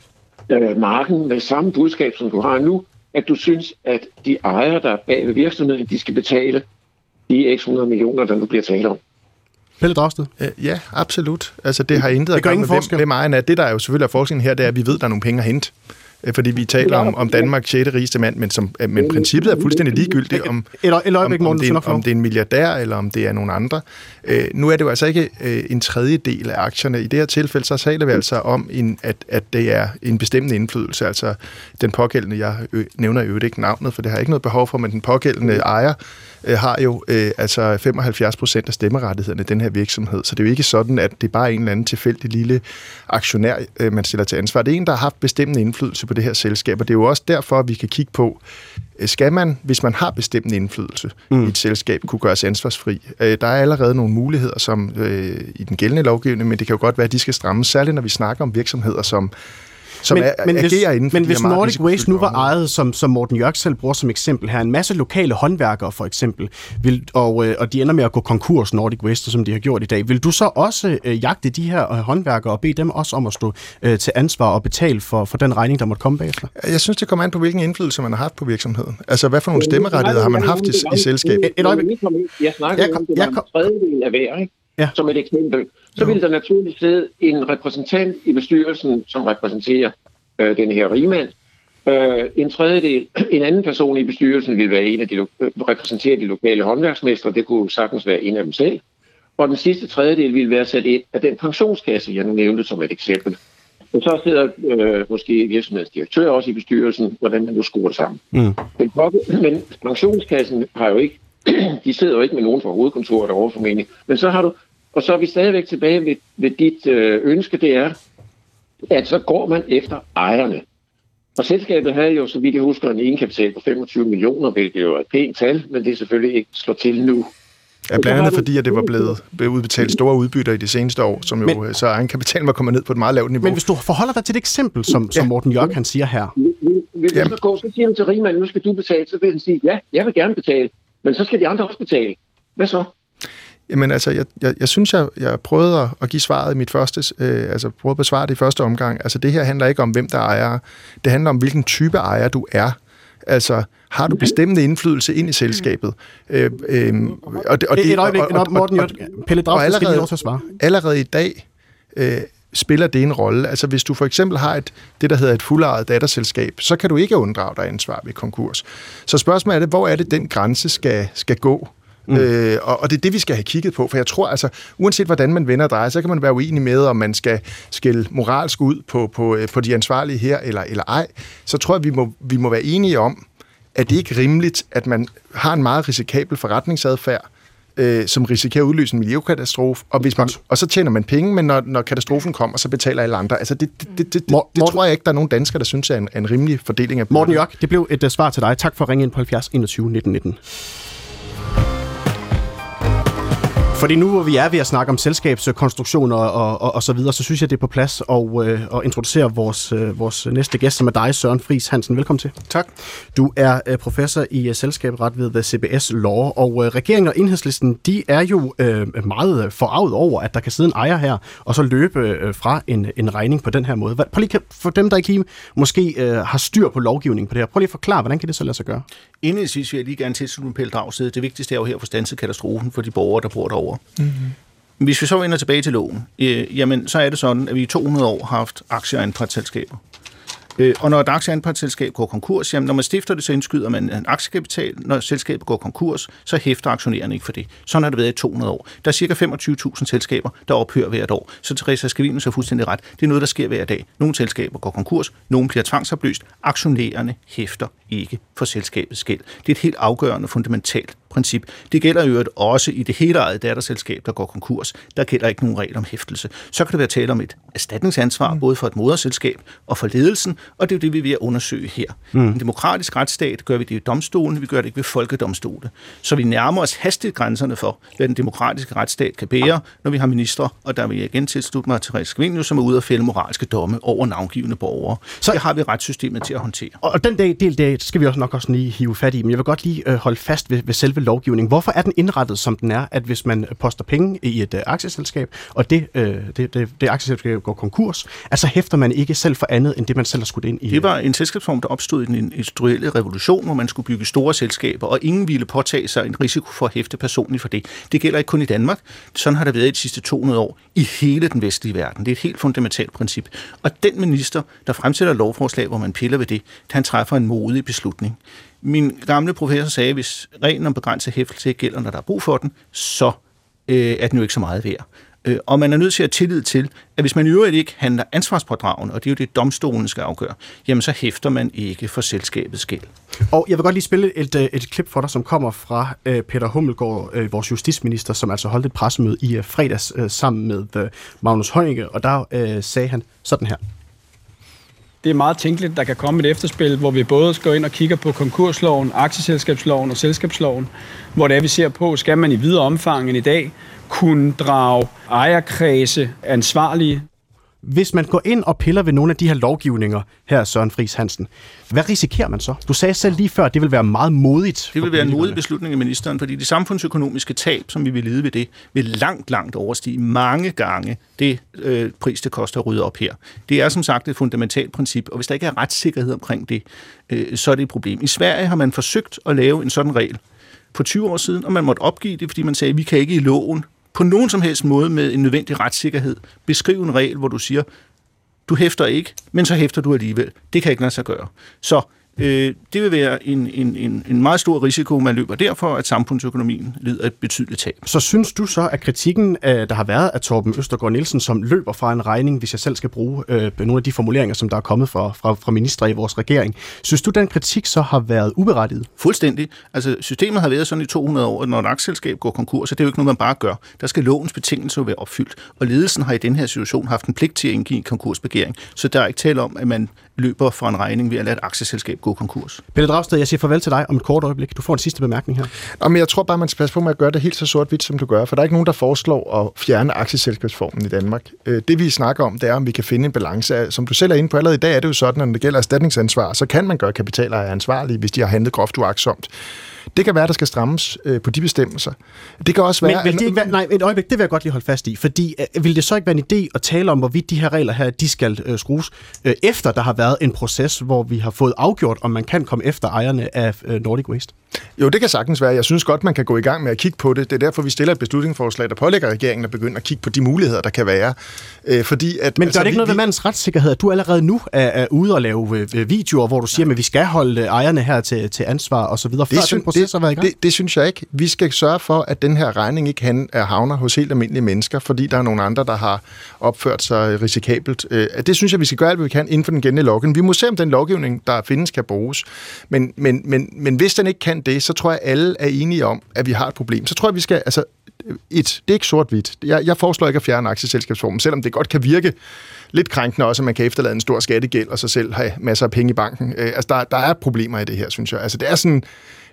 øh, marken med samme budskab, som du har nu, at du synes, at de ejere, der er bag ved virksomheden, de skal betale de x hundrede millioner, der nu bliver talt om? Pelle Dragsted? Ja, absolut. Altså, det har intet at gøre med, hvem, hvem ejeren er. Det, der er jo selvfølgelig er forskningen her, det er, at vi ved, at der er nogle penge at hente. Fordi vi taler om, om Danmarks sjette rigeste mand, men, som, men princippet er fuldstændig ligegyldigt, om, eller, eller øjeblik, om, om, det er, om det er en milliardær, eller om det er nogen andre. Øh, nu er det jo altså ikke øh, en tredjedel af aktierne. I det her tilfælde, så taler vi altså om, en, at, at det er en bestemt indflydelse. Altså den pågældende, jeg ø, nævner i øvrigt ikke navnet, for det har jeg ikke noget behov for, men den pågældende ejer øh, har jo øh, altså femoghalvfjerds procent af stemmerettighederne i den her virksomhed. Så det er jo ikke sådan, at det er bare en eller anden tilfældig lille aktionær, øh, man stiller til ansvar. Det er en, der har haft bestemmende indflydelse på det her selskab, og det er jo også derfor, at vi kan kigge på, skal man, hvis man har bestemmende indflydelse mm. i et selskab, kunne gøres ansvarsfri. Der er allerede nogle muligheder som øh, i den gældende lovgivning, men det kan jo godt være, at de skal strammes, særligt når vi snakker om virksomheder, som som men, er, men agerer hvis, inden for Men hvis meget Nordic Waste nu var ejet, som, som Morten Jørg selv bruger som eksempel her, en masse lokale håndværkere for eksempel, vil, og, øh, og de ender med at gå konkurs, Nordic Waste, som de har gjort i dag, vil du så også øh, jagte de her øh, håndværkere og bede dem også om at stå øh, til ansvar og betale for, for den regning, der måtte komme bagefter? Jeg synes, det kommer an på, hvilken indflydelse man har haft på virksomheden. Altså, hvad for nogle stemmerettigheder har man haft i, i selskabet? Et øjeblik. Jeg snakker om, det var en tredjedel af hver, ikke? Ja. Som et eksempel. Så vil der naturligt sidde en repræsentant i bestyrelsen, som repræsenterer øh, den her rigmand. Øh, en tredjedel, en anden person i bestyrelsen vil være en af de lo- repræsentere de lokale håndværksmestre. Det kunne sagtens være en af dem selv. Og den sidste tredjedel vil være sat ind af den pensionskasse, jeg nu nævnte som et eksempel. Og så sidder øh, måske virksomhedens direktør også i bestyrelsen, hvordan man nu skruer det sammen. Mm. Men, men pensionskassen har jo ikke, de sidder jo ikke med nogen fra hovedkontoret derovre formentlig. Men så har du, og så er vi stadigvæk tilbage ved, ved dit øh, ønske, det er, at så går man efter ejerne. Og selskabet havde jo, så vidt jeg husker, en egenkapital på femogtyve millioner, hvilket jo er et pænt tal, men det er selvfølgelig ikke slået til nu. Ja, blandt andet fordi, at det var blevet, blevet udbetalt store udbytter i de seneste år, som jo men, så egenkapitalen var kommet ned på et meget lavt niveau. Men hvis du forholder dig til et eksempel, som, ja. som Morten Jørg han siger her. Hvis du så går, så siger han til rigmanden, nu skal du betale, så vil han sige, ja, jeg vil gerne betale, men så skal de andre også betale. Hvad så? Jamen altså, jeg, jeg, jeg synes, jeg, jeg prøvede at give svaret i mit første, øh, altså prøvede at besvare det i første omgang. Altså det her handler ikke om, hvem der ejer. Det handler om, hvilken type ejer du er. Altså, har du bestemmende indflydelse ind i selskabet? Øh, øh, og det, og det, et øjeblik, og, og, Morten Jørg, Pelle Dragsted skal lige lov til at svare. Allerede i dag øh, spiller det en rolle. Altså hvis du for eksempel har et, det, der hedder et fuldejet datterselskab, så kan du ikke unddrage dig ansvar ved konkurs. Så spørgsmålet er det, hvor er det, den grænse skal, skal gå? Mm. Øh, og, og det er det, vi skal have kigget på, for jeg tror altså, uanset hvordan man vender og drejer, så kan man være uenig med, om man skal skælde moralsk ud på, på, på de ansvarlige her, eller, eller ej. Så tror jeg, vi må, vi må være enige om, at det ikke er rimeligt, at man har en meget risikabel forretningsadfærd, øh, som risikerer at udløse en miljøkatastrofe, og, hvis man, og så tjener man penge, men når, når katastrofen kommer, så betaler alle andre. Altså det, det, det, det, det, det tror jeg ikke, der er nogen danskere, der synes er en, en rimelig fordeling af byrden. Morten Jørg, det blev et uh, svar til dig. Tak for at ringe ind på halvfjerds enogtyve nitten nitten. Fordi nu hvor vi er ved at snakke om selskabskonstruktioner og, og, og så videre, så synes jeg, det er på plads at, øh, at introducere vores, øh, vores næste gæst, som er dig, Søren Friis Hansen. Velkommen til. Tak. Du er øh, professor i uh, selskabsret ved C B S Law, og øh, regeringen og Enhedslisten, de er jo øh, meget forarvet over, at der kan sidde en ejer her, og så løbe øh, fra en, en regning på den her måde. Prøv lige, for dem, der ikke lige måske øh, har styr på lovgivningen på det her, prøv lige at forklare, hvordan kan det så lade sig gøre? Indledningsvis vil jeg lige gerne tilslutte med Pelle Dragsted. Det vigtigste er jo her at få standset katastrofen for de borgere, der bor derovre. Mm-hmm. Hvis vi så vender tilbage til loven, øh, jamen så er det sådan, at vi i to hundrede år har haft aktie- og anpartsselskaber. Øh, og når et aktie- og anpartsselskab går konkurs, jamen når man stifter det, så indskyder man en aktiekapital. Når selskabet går konkurs, så hæfter aktionærerne ikke for det. Sådan har det været i to hundrede år. Der er cirka femogtyve tusind selskaber, der ophører hvert år. Så Teresa Scavenius har fuldstændig ret. Det er noget, der sker hver dag. Nogle selskaber går konkurs, nogle bliver tvangsopløst. Aktionærerne hæfter ikke for selskabets gæld. Det er et helt afgørende, fundamentalt princip. Det gælder jo også i det hele eget datterselskab, der går konkurs. Der gælder ikke nogen regel om hæftelse. Så kan det være tale om et erstatningsansvar, mm. både for et moderselskab og for ledelsen, og det er jo det, vi er ved at undersøge her. Mm. En demokratisk retsstat gør vi det i domstolen, vi gør det ikke ved folkedomstole. Så vi nærmer os hastigt grænserne for, hvad den demokratiske retsstat kan bære, når vi har ministre, og der vil jeg igen tilslutte mig til Teresa Scavenius, som er ude at fælde moralske domme over navngivende borgere. Så det har vi retssystemet til at håndtere. Og den del, del det skal vi også nok også lige hive fat i, men jeg vil godt lige øh, holde fast ved, ved selve lovgivningen. Hvorfor er den indrettet, som den er, at hvis man poster penge i et øh, aktieselskab, og det, øh, det, det, det aktieselskab går konkurs, altså hæfter man ikke selv for andet, end det man selv har skudt ind i? Det var en selskabsform, der opstod i den industrielle revolution, hvor man skulle bygge store selskaber, og ingen ville påtage sig en risiko for at hæfte personligt for det. Det gælder ikke kun i Danmark. Sådan har det været i de sidste to hundrede år i hele den vestlige verden. Det er et helt fundamentalt princip. Og den minister, der fremsætter lovforslag, hvor man piller ved det, han træffer en modig beslutning. Min gamle professor sagde, at hvis reglen om begrænset hæftelse gælder, når der er brug for den, så øh, er den jo ikke så meget værd. Øh, og man er nødt til at have tillid til, at hvis man i øvrigt ikke handler ansvarspådragende, og det er jo det, domstolen skal afgøre, jamen så hæfter man ikke for selskabets gæld. Og jeg vil godt lige spille et, et, et klip for dig, som kommer fra øh, Peter Hummelgaard, øh, vores justitsminister, som altså holdt et pressemøde i øh, fredags øh, sammen med øh, Magnus Heunicke, og der øh, sagde han sådan her. Det er meget tænkeligt, der kan komme et efterspil, hvor vi både skal gå ind og kigge på konkursloven, aktieselskabsloven og selskabsloven, hvor det er, vi ser på, skal man i videre omfang end i dag kunne drage ejerkredse ansvarlige. Hvis man går ind og piller ved nogle af de her lovgivninger her, Søren Friis Hansen, hvad risikerer man så? Du sagde selv lige før, at det vil være meget modigt. Det vil være en modig beslutning af ministeren, fordi de samfundsøkonomiske tab, som vi vil lide ved det, vil langt, langt overstige mange gange det øh, pris, det koster at rydde op her. Det er som sagt et fundamentalt princip, og hvis der ikke er retssikkerhed omkring det, øh, så er det et problem. I Sverige har man forsøgt at lave en sådan regel for tyve år siden, og man måtte opgive det, fordi man sagde, at vi kan ikke i loven på nogen som helst måde med en nødvendig retssikkerhed beskrive en regel, hvor du siger, du hæfter ikke, men så hæfter du alligevel. Det kan ikke lade sig gøre. Så øh, det vil være en, en, en, en meget stor risiko, man løber derfor, at samfundsøkonomien lider et betydeligt tab. Så synes du så, at kritikken, der har været af Torben Østergaard Nielsen, som løber fra en regning, hvis jeg selv skal bruge øh, nogle af de formuleringer, som der er kommet fra, fra, fra ministre i vores regering, synes du, den kritik så har været uberettiget? Fuldstændig. Altså, systemet har været sådan i to hundrede år, at når et aktieselskab går konkurs, så det er jo ikke noget, man bare gør. Der skal lovens betingelser være opfyldt, og ledelsen har i den her situation haft en pligt til at indgive en konkursbegæring, så der er ikke tale om, at man løber fra en regning ved at lade et aktieselskab gå konkurs. Pelle Dragsted, jeg siger farvel til dig om et kort øjeblik. Du får en sidste bemærkning her. Nå, men jeg tror bare, man skal passe på med at gøre det helt så sort-hvidt, som du gør, for der er ikke nogen, der foreslår at fjerne aktieselskabsformen i Danmark. Det vi snakker om, det er, om vi kan finde en balance. Som du selv er inde på allerede i dag, er det jo sådan, at når det gælder erstatningsansvar, så kan man gøre kapitalejere ansvarlige, hvis de har handlet groft uagtsomt. Det kan være, der skal strammes øh, på de bestemmelser. Det kan også være... Men vil det ikke være, nej, et øjeblik, det vil jeg godt lige holde fast i, fordi øh, vil det så ikke være en idé at tale om, hvorvidt de her regler her, de skal øh, skrues, øh, efter der har været en proces, hvor vi har fået afgjort, om man kan komme efter ejerne af øh, Nordic Waste? Jo, det kan sagtens være. Jeg synes godt, man kan gå i gang med at kigge på det. Det er derfor, vi stiller et beslutningsforslag, der pålægger regeringen at begynde at kigge på de muligheder, der kan være. Øh, fordi at, Men gør altså, det ikke vi, noget ved mandens retssikkerhed, at du allerede nu er, er ude og lave øh, videoer, hvor du siger, at vi skal holde ejerne her til, til ansvar og så videre, før det, den proces har været i gang? Det, det, det synes jeg ikke. Vi skal sørge for, at den her regning ikke han, havner hos helt almindelige mennesker, fordi der er nogle andre, der har opført sig risikabelt. Øh, det synes jeg, vi skal gøre alt, hvad vi kan inden for den gældende lovgivning. Vi må se, om den lovgivning, der findes, kan bruges. Men, men, men, men hvis den ikke kan det, så tror jeg, alle er enige om, at vi har et problem. Så tror jeg, vi skal... Altså, et, det er ikke sort-hvidt. Jeg, jeg foreslår ikke at fjerne aktieselskabsformen, selvom det godt kan virke lidt krænkende også, at man kan efterlade en stor skattegæld og så selv have masser af penge i banken. Øh, altså, der, der er problemer i det her, synes jeg. Altså, det er sådan...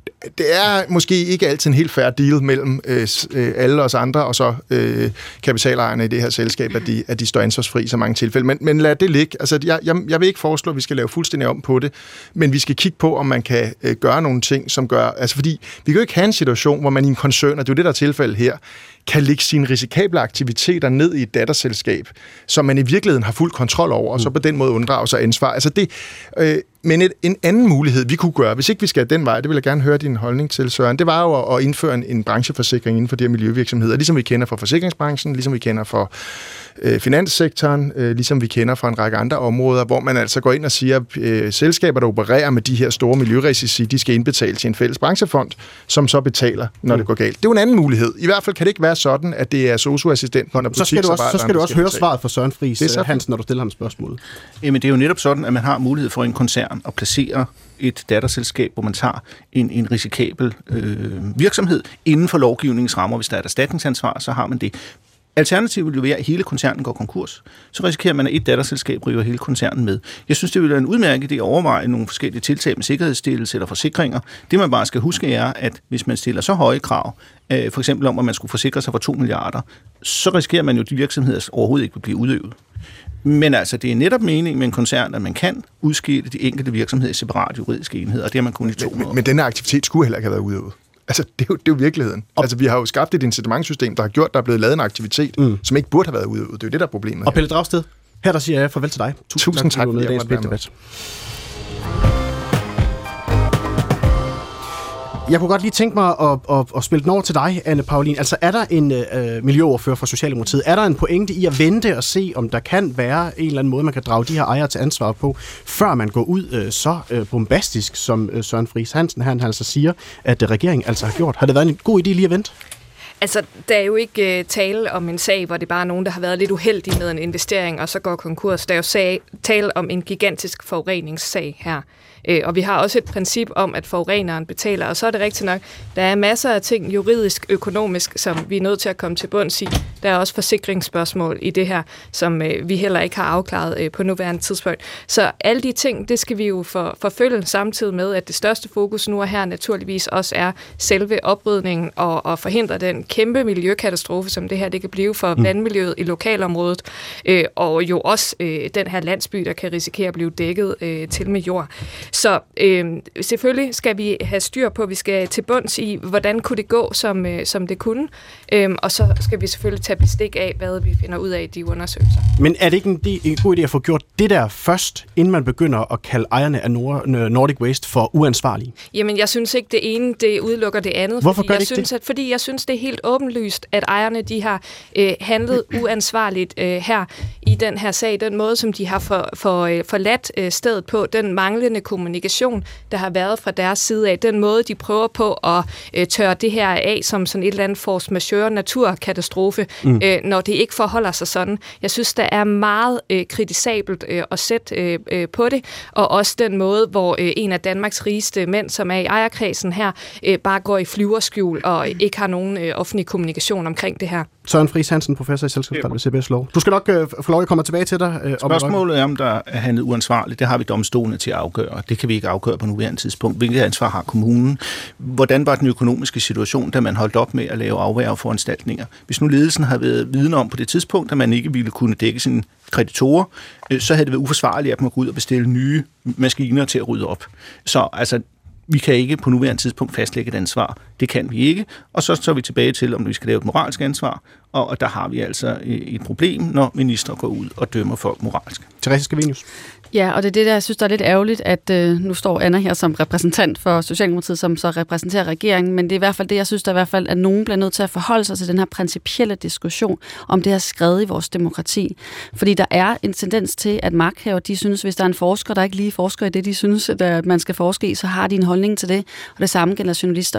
det er måske ikke altid en helt fair deal mellem øh, alle os andre og så øh, kapitalejerne i det her selskab, at de, at de står ansvarsfri i så mange tilfælde. Men, men lad det ligge. Altså, jeg, jeg, jeg vil ikke foreslå, at vi skal lave fuldstændig om på det, men vi skal kigge på, om man kan øh, gøre nogle ting, som gør... Altså, fordi vi kan jo ikke have en situation, hvor man i en koncern, og det er jo det, der er tilfælde her, kan lægge sine risikable aktiviteter ned i et datterselskab, som man i virkeligheden har fuld kontrol over, og så på den måde unddrage sig ansvar. Altså det, øh, men et, en anden mulighed, vi kunne gøre, hvis ikke vi skal den vej, det vil jeg gerne høre din holdning til, Søren, det var jo at, at indføre en, en brancheforsikring inden for de her miljøvirksomheder, ligesom vi kender fra forsikringsbranchen, ligesom vi kender fra øh, finanssektoren, øh, ligesom vi kender fra en række andre områder, hvor man altså går ind og siger, at øh, selskaber, der opererer med de her store miljørisici, de skal indbetale til en fælles branchefond, som så betaler, når mm. det går galt. Det er jo en anden mulighed. I hvert fald kan det ikke være sådan, at det er sosu-assistenten og butiksarbejderen. Så skal du også høre svaret fra Søren Friis Hansen, når du stiller ham spørgsmålet. Jamen, det er jo netop sådan, at man har mulighed for en koncern at placere et datterselskab, hvor man tager en, en risikabel øh, virksomhed inden for lovgivningens rammer. Hvis der er et erstatningsansvar, så har man det. Alternativet vil jo være, at hele koncernen går konkurs. Så risikerer man, at et datterselskab river hele koncernen med. Jeg synes, det vil være en udmærket idé at overveje nogle forskellige tiltag med sikkerhedsstillelse eller forsikringer. Det, man bare skal huske, er, at hvis man stiller så høje krav, øh, for eksempel om, at man skulle forsikre sig for to milliarder, så risikerer man jo, at de virksomheder overhovedet ikke vil blive udøvet. Men altså, det er netop meningen med en koncern, at man kan udskille de enkelte virksomheder i separat juridiske enheder, og det har man kun i to måneder. Men, men denne aktivitet skulle heller ikke have været udøvet. Altså, det er, jo, det er jo virkeligheden. Og altså, vi har jo skabt et incitamentssystem, der har gjort, der er blevet lavet en aktivitet, mm. som ikke burde have været udøvet. Det er jo det, der er problemet. Og Pelle Dragsted, her der siger jeg farvel til dig. Tusind, Tusind tak, fordi du var med i dagens. Jeg kunne godt lige tænke mig at, at, at spille den over til dig, Anne Paulin. Altså, er der en øh, miljøordfører fra Socialdemokratiet? Er der en pointe i at vente og se, om der kan være en eller anden måde, man kan drage de her ejere til ansvar på, før man går ud øh, så øh, bombastisk, som øh, Søren Friis Hansen, han altså siger, at øh, regeringen altså har gjort? Har det været en god idé lige at vente? Altså, der er jo ikke uh, tale om en sag, hvor det bare er nogen, der har været lidt uheldige med en investering, og så går konkurs. Der er jo sag, tale om en gigantisk forureningssag her. Uh, og vi har også et princip om, at forureneren betaler, og så er det rigtigt nok, der er masser af ting juridisk, økonomisk, som vi er nødt til at komme til bunds i. Der er også forsikringsspørgsmål i det her, som uh, vi heller ikke har afklaret uh, på nuværende tidspunkt. Så alle de ting, det skal vi jo for, forfølge samtidig med, at det største fokus nu og her naturligvis også er selve oprydningen og, og forhindre den kæmpe miljøkatastrofe, som det her det kan blive for mm. vandmiljøet i lokalområdet, øh, og jo også øh, den her landsby, der kan risikere at blive dækket øh, til med jord. Så øh, selvfølgelig skal vi have styr på, vi skal til bunds i, hvordan kunne det gå, som, øh, som det kunne, øh, og så skal vi selvfølgelig tage bestik af, hvad vi finder ud af i de undersøgelser. Men er det ikke en, en god idé at få gjort det der først, inden man begynder at kalde ejerne af Nordic Waste for uansvarlige? Jamen, jeg synes ikke, det ene det udelukker det andet. Hvorfor fordi gør det jeg ikke synes, det? At, fordi jeg synes, det er helt åbenlyst, at ejerne de har øh, handlet uansvarligt øh, her i den her sag. Den måde, som de har for, for, øh, forladt øh, stedet på, den manglende kommunikation, der har været fra deres side af, den måde, de prøver på at øh, tørre det her af som sådan et eller andet force majeure naturkatastrofe, mm. øh, når det ikke forholder sig sådan. Jeg synes, der er meget øh, kritisabelt øh, at sætte øh, øh, på det, og også den måde, hvor øh, en af Danmarks rigeste mænd, som er i ejerkredsen her, øh, bare går i flyverskjul og ikke har nogen øh, offentlig kommunikation omkring det her. Søren Friis Hansen, professor i selskabsret ved C B S Lov. Du skal nok øh, få lov at komme tilbage til dig. Øh, Spørgsmålet er, om der er handlet uansvarligt. Det har vi domstolene til at afgøre. Det kan vi ikke afgøre på nuværende tidspunkt. Hvilket ansvar har kommunen? Hvordan var den økonomiske situation, da man holdt op med at lave afværgeforanstaltninger? Hvis nu ledelsen har været viden om på det tidspunkt, at man ikke ville kunne dække sine kreditorer, øh, så havde det været uforsvarligt, at man gå ud og bestille nye maskiner til at rydde op. Så altså, vi kan ikke på nuværende tidspunkt fastlægge et ansvar. Det kan vi ikke. Og så står vi tilbage til, om vi skal lave et moralsk ansvar. Og der har vi altså et problem, når minister går ud og dømmer folk moralsk. Therese Scavenius. Ja, og det er det, der jeg synes, der er lidt ærgerligt, at øh, nu står Anna her som repræsentant for Socialdemokratiet, som så repræsenterer regeringen, men det er i hvert fald det, jeg synes, der er i hvert fald, at nogen bliver nødt til at forholde sig til den her principielle diskussion om det her skred i vores demokrati. Fordi der er en tendens til, at magthaver, de synes, hvis der er en forsker, der ikke lige forsker i det, de synes, at man skal forske i, så har de en holdning til det, og det samme gælder journalister osv. Og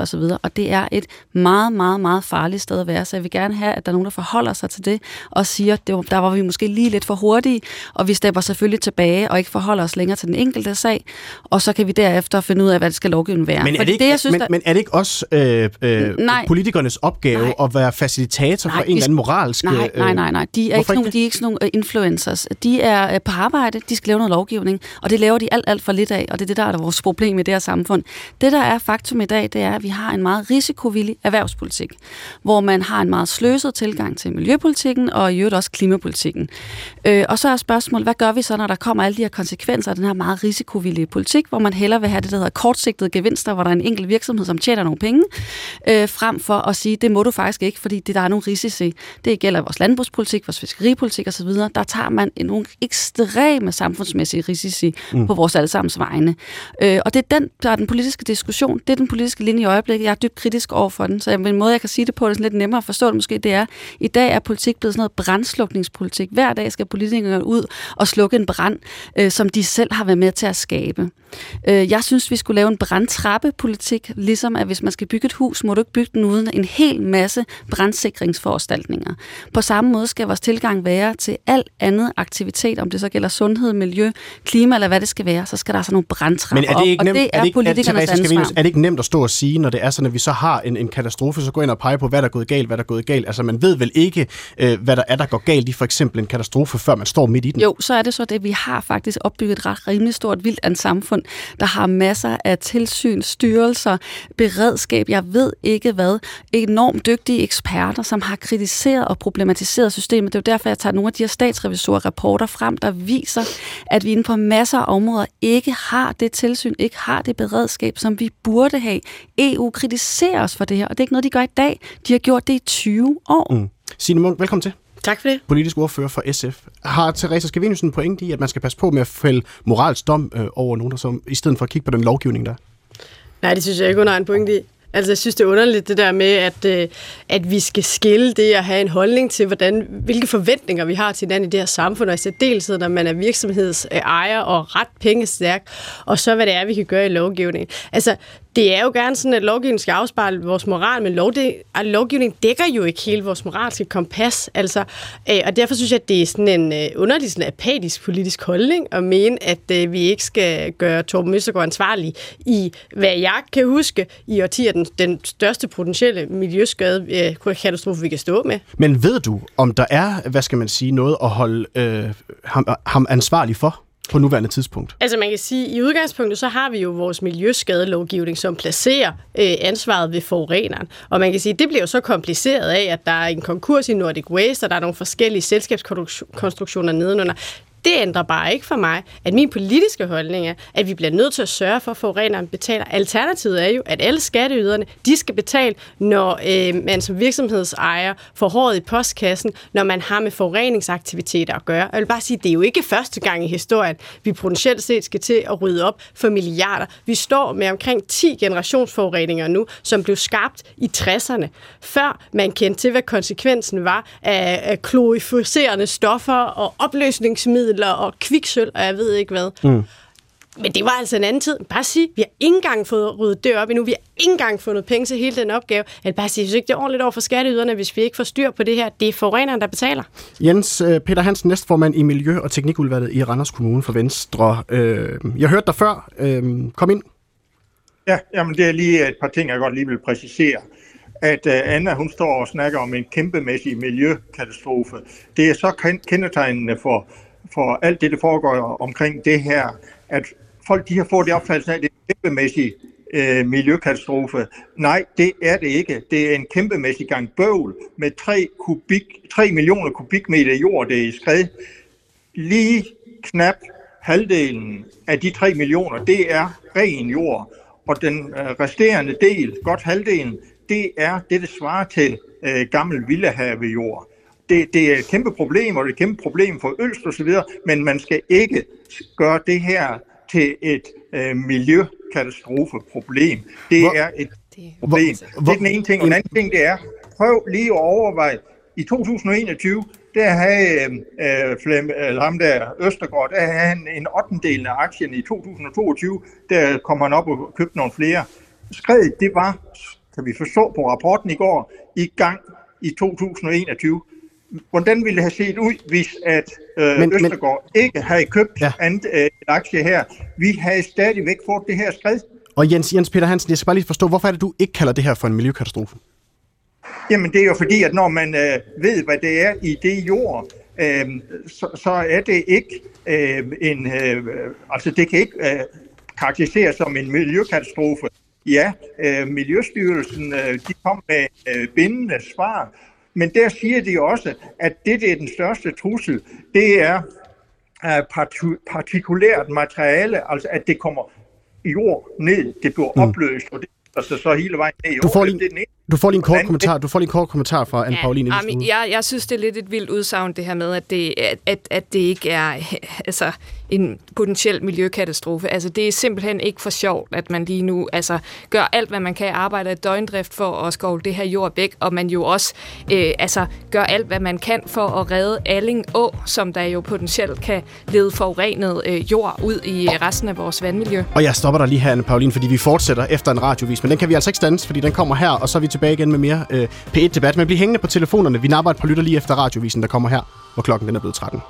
og det er et meget, meget, meget farligt sted at være. Så jeg vil gerne have, at der er nogen, der forholder sig til det, og siger, at det var, der var vi måske lige lidt for hurtige, og vi stepper selvfølgelig tilbage, og ikke forholder os længere til den enkelte sag, og så kan vi derefter finde ud af, hvad det skal lovgivningen være. Men er det ikke, det, jeg synes, men, der... men er det ikke også øh, øh, politikernes opgave nej. at være facilitator nej, for en eller anden moralsk... Nej, nej, nej, nej. De er, ikke nogen, de er ikke sådan nogle influencers. De er på arbejde, de skal lave noget lovgivning, og det laver de alt, alt for lidt af, og det er det, der er der vores problem i det her samfund. Det, der er faktum i dag, det er, at vi har en meget risikovillig erhvervspolitik, hvor man har en meget sløset tilgang til miljøpolitikken, og i øvrigt også klimapolitikken. Øh, og så er spørgsmålet, hvad gør vi så, når der kommer alle de her konsekvenser af den her meget risikovillige politik, hvor man hellere vil have det, der hedder kortsigtede gevinster, hvor der er en enkelt virksomhed, som tjener nogle penge, øh, frem for at sige, det må du faktisk ikke, fordi det, der er nogle risici. Det gælder vores landbrugspolitik, vores fiskeripolitik osv. Der tager man nogle ekstreme samfundsmæssige risici mm. på vores allesammens vegne. Øh, og det er den, der er den politiske diskussion, det er den politiske linje i øjeblikket. Jeg er dybt kritisk over for den, så en måde, jeg kan sige det på, det er sådan lidt nemmere at forstå det måske, det er, i dag er politik blevet sådan noget brandslukningspolitik. Hver dag skal politikerne ud og slukke en brand, øh, som de selv har været med til at skabe. Øh, jeg synes, vi skulle lave en brandtrappepolitik, ligesom at hvis man skal bygge et hus, må du ikke bygge den uden en hel masse brandsikringsforanstaltninger. På samme måde skal vores tilgang være til alt andet aktivitet, om det så gælder sundhed, miljø, klima eller hvad det skal være, så skal der altså nogle brandtrapper. Men er det ikke op, nemt, og det er, er det ikke, politikernes er, Therese, ansvar. Er det ikke nemt at stå og sige, når det er sådan, at vi så har en, en katastrofe, så gå ind og pege på, hvad der er gået galt, hvad der er gået galt. Altså man ved vel ikke, øh, hvad der er, der går galt i for eksempel en katastrofe, før man står midt i den? Jo, så er det så det, vi har faktisk opbygget et ret rimelig stort vildt af samfund, der har masser af tilsyn, styrelser, beredskab, jeg ved ikke hvad, enormt dygtige eksperter, som har kritiseret og problematiseret systemet. Det er jo derfor, jeg tager nogle af de her statsrevisorrapporter frem, der viser, at vi inden på masser af områder ikke har det tilsyn, ikke har det beredskab, som vi burde have. E U kritiserer os for det her, og det er ikke noget, de gør i dag. De har gjort det i tyve år. Mm. Signe Munk, velkommen til. Tak for det. Politisk ordfører for S F. Har Therese Scavenius en pointe i, at man skal passe på med at fælde moralsk dom øh, over nogen, der som, i stedet for at kigge på den lovgivning, der? Nej, det synes jeg ikke, hun har en pointe i. Altså, jeg synes, det er underligt, det der med, at, øh, at vi skal skille det at have en holdning til, hvordan, hvilke forventninger vi har til hinanden i det her samfund, og i særdeleshed, når man er virksomhedsejer og ret pengestærk, og så hvad det er, vi kan gøre i lovgivningen. Altså, det er jo gerne sådan, at lovgivningen skal afspejle vores moral, men lov, det, lovgivningen dækker jo ikke hele vores moralske kompas. Altså, øh, og derfor synes jeg, at det er sådan en øh, underlig, sådan apatisk politisk holdning at mene, at øh, vi ikke skal gøre Torben Østergaard ansvarlig i, hvad jeg kan huske, i årtier den, den største potentielle miljøskade øh, katastrofe, vi kan stå med. Men ved du, om der er, hvad skal man sige, noget at holde øh, ham, ham ansvarlig for? På nuværende tidspunkt? Altså man kan sige, at i udgangspunktet, så har vi jo vores miljøskadelovgivning, som placerer øh, ansvaret ved forureneren. Og man kan sige, at det bliver jo så kompliceret af, at der er en konkurs i Nordic Waste, og der er nogle forskellige selskabskonstruktioner nedenunder. Det ændrer bare ikke for mig, at min politiske holdning er, at vi bliver nødt til at sørge for, at forureneren betaler. Alternativet er jo, at alle skatteyderne, de skal betale, når øh, man som virksomhedsejer får håret i postkassen, når man har med forureningsaktiviteter at gøre. Jeg vil bare sige, at det er jo ikke første gang i historien, vi potentielt set skal til at rydde op for milliarder. Vi står med omkring ti generationsforureninger nu, som blev skabt i tresserne, før man kendte til, hvad konsekvensen var af, af klorificerende stoffer og opløsningsmidler og kviksøl, og jeg ved ikke hvad. Mm. Men det var altså en anden tid. Bare sige, vi har ikke engang fået ryddet det op endnu. Vi har ikke engang fundet penge til hele den opgave. Jeg vil bare sige, jeg synes ikke, det er ordentligt over for skatteyderne, hvis vi ikke får styr på det her. Det er forureneren, der betaler. Jens Peter Hansen, næstformand i Miljø- og Teknikudvalget i Randers Kommune for Venstre. Jeg hørte dig før. Kom ind. Ja, jamen det er lige et par ting, jeg godt lige vil præcisere. At uh, Anna, hun står og snakker om en kæmpemæssig miljøkatastrofe. Det er så kendetegnende for for alt det, der foregår omkring det her, at folk de har fået det opfattelse af, at det er en kæmpemæssig øh, miljøkatastrofe. Nej, det er det ikke. Det er en kæmpemæssig gang bøvl med tre millioner kubikmeter jord, det er i skred. Lige knap halvdelen af de tre millioner, det er ren jord. Og den øh, resterende del, godt halvdelen, det er det, det svarer til øh, gammel villahavejord. Det, det er et kæmpe problem, og det er et kæmpe problem for Ølst og så videre, men man skal ikke gøre det her til et øh, miljøkatastrofeproblem. Det hvor, er et problem. Hvor, det er den ene ting, og den anden ting, det er, prøv lige at overveje, i to tusind og enogtyve, der havde øh, Flem, øh, ham der Østergaard, der havde han en ottendel af aktien. I to tusind og toogtyve, der kom han op og købte nogle flere. Skredet, det var kan vi forstå på rapporten i går, i gang i to tusind og enogtyve. Hvordan ville det have set ud, hvis at øh, men, Østergaard men, ikke havde købt ja. andet, øh, en aktie her? Vi havde stadigvæk fået det her skred. Og Jens, Jens Peter Hansen, jeg skal bare lige forstå, hvorfor er det, du ikke kalder det her for en miljøkatastrofe? Jamen det er jo fordi, at når man øh, ved, hvad det er i det jord, øh, så, så er det ikke øh, en... Øh, altså det kan ikke øh, karakteriseres som en miljøkatastrofe. Ja, øh, Miljøstyrelsen øh, de kom med øh, bindende svar, men der siger de også, at det, det er den største trussel, det er øh, partikulært materiale, altså at det kommer jord ned, det bliver mm. opløst, og det altså så hele vejen ned. Du får lige, du får lige en kort kommentar. Du får lige en kort kommentar fra Anne ja, Pauline. Jeg, jeg synes det er lidt et vildt udsagn det her med at det at, at, at det ikke er altså en potentiel miljøkatastrofe. Altså det er simpelthen ikke for sjovt at man lige nu altså gør alt hvad man kan, arbejde i døgndrift for at skovle det her jord væk, og man jo også øh, altså gør alt hvad man kan for at redde Alling Å, som der jo potentielt kan lede forurenet øh, jord ud i resten af vores vandmiljø. Og jeg stopper dig lige her, Anne Pauline, fordi vi fortsætter efter en radiovis, men den kan vi altså ikke stands, fordi den kommer her, og så er vi tilbage igen med mere øh, P et-debat. Men bliv hængende på telefonerne. Vi napper et par lytter lige efter radiovisen, der kommer her, hvor klokken den er blevet tretten.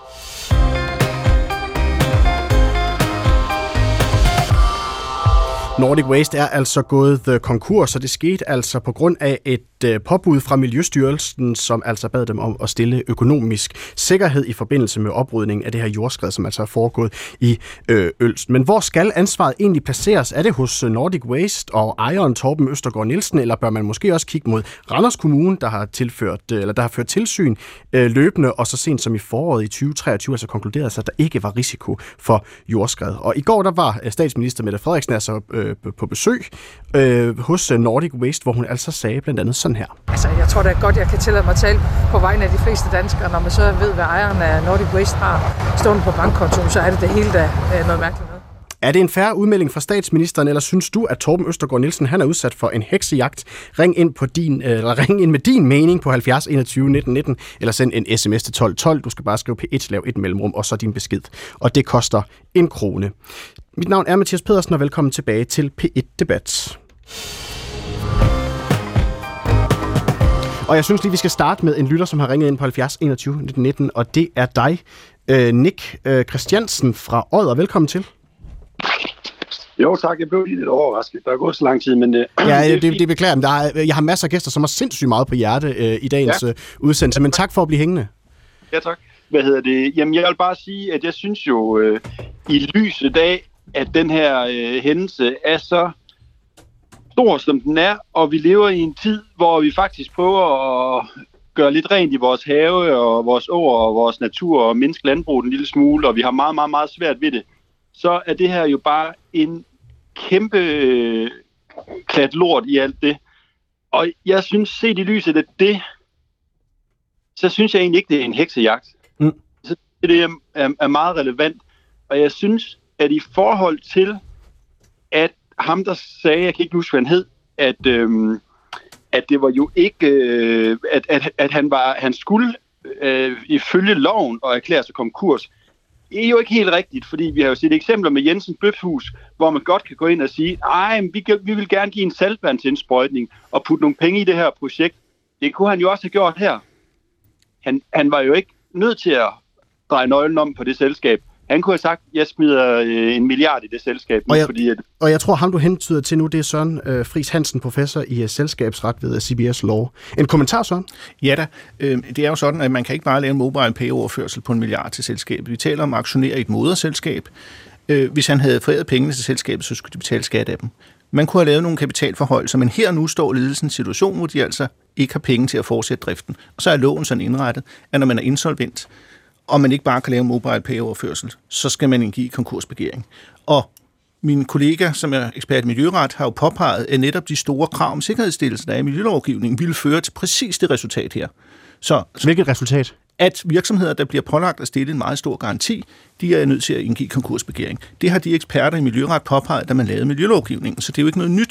Nordic Waste er altså gået konkurs, og det skete altså på grund af et påbud fra Miljøstyrelsen, som altså bad dem om at stille økonomisk sikkerhed i forbindelse med oprydningen af det her jordskred, som altså er foregået i øh, Ølst. Men hvor skal ansvaret egentlig placeres? Er det hos Nordic Waste og ejeren Torben Østergaard Nielsen, eller bør man måske også kigge mod Randers Kommune, der har tilført eller der har ført tilsyn øh, løbende, og så sent som i foråret i tyve treogtyve altså konkluderet sig, at der ikke var risiko for jordskred. Og i går der var statsminister Mette Frederiksen altså øh, på besøg øh, hos Nordic Waste, hvor hun altså sagde blandt andet sådan her. Altså, jeg tror da godt, jeg kan tillade mig at tale på vegne af de fleste danskere, når man så ved, hvad ejeren af Nordic Waste har stående på bankkontoen, så er det det hele, der er noget mærkeligt noget. Er det en fair udmelding fra statsministeren, eller synes du, at Torben Østergaard Nielsen han er udsat for en heksejagt? Ring ind, på din, eller ring ind med din mening på halvfjerds enogtyve nitten nitten, eller send en sms til tolv tolv. Du skal bare skrive P et, lav et mellemrum, og så din besked. Og det koster en krone. Mit navn er Mathias Pedersen, og velkommen tilbage til P et-debat. Og jeg synes lige, vi skal starte med en lytter, som har ringet ind på halvfjerds enogtyve nitten nitten, og det er dig, Nick Christiansen fra Odder. Velkommen til. Jo tak, jeg blev lige lidt overrasket. Der er gået så lang tid, men... Uh, ja, det, det beklager jeg. Der er, jeg har masser af gæster, som har sindssygt meget på hjerte uh, i dagens ja. uh, udsendelse, men tak for at blive hængende. Ja, tak. Hvad hedder det? Jamen, jeg vil bare sige, at jeg synes jo, uh, i lyset af, at den her uh, hændelse er så stor, som den er, og vi lever i en tid, hvor vi faktisk prøver at gøre lidt rent i vores have og vores åer og vores natur og mindske landbruget en lille smule, og vi har meget, meget, meget svært ved det, så er det her jo bare en kæmpe klat lort i alt det. Og jeg synes, set i lyset af det, så synes jeg egentlig ikke, det er en heksejagt. Mm. Så det er, er meget relevant. Og jeg synes, at i forhold til, at ham, der sagde, jeg kan ikke huske, hvad han hed, at, øhm, at det var jo ikke, øh, at, at, at han, var, han skulle øh, ifølge loven og erklære sig konkurs. Det er jo ikke helt rigtigt, fordi vi har jo set eksempler med Jensen Bøfhus, hvor man godt kan gå ind og sige, ej, vi, vi vil gerne give en saltvandsindsprøjtning og putte nogle penge i det her projekt. Det kunne han jo også have gjort her. Han, han var jo ikke nødt til at dreje nøglen om på det selskab. Han kunne have sagt, at jeg smider øh, en milliard i det selskab. Og jeg, fordi, at... og jeg tror, ham du hentyder til nu, det er Søren øh, Friis Hansen, professor i uh, selskabsret ved C B S Law. En kommentar, Søren? Ja da. Øh, det er jo sådan, at man kan ikke bare lave en mobile pay-overførsel på en milliard til selskabet. Vi taler om aktionærer i et moderselskab. Øh, hvis han havde foræret pengene til selskabet, så skulle de betale skat af dem. Man kunne have lavet nogle kapitalforholdelser, men her nu står ledelsen i en situation, hvor de altså ikke har penge til at fortsætte driften. Og så er loven sådan indrettet, at når man er insolvent, og man ikke bare kan lave en mobile pay-overførsel, så skal man indgive konkursbegæring. Og min kollega, som er ekspert i miljøret, har jo påpeget, at netop de store krav om sikkerhedsstillelse, der er i miljølovgivningen, ville føre til præcis det resultat her. Så, hvilket resultat? At virksomheder, der bliver pålagt at stille en meget stor garanti, de er nødt til at indgive konkursbegæring. Det har de eksperter i miljøret påpeget, da man lavede miljølovgivningen, så det er jo ikke noget nyt.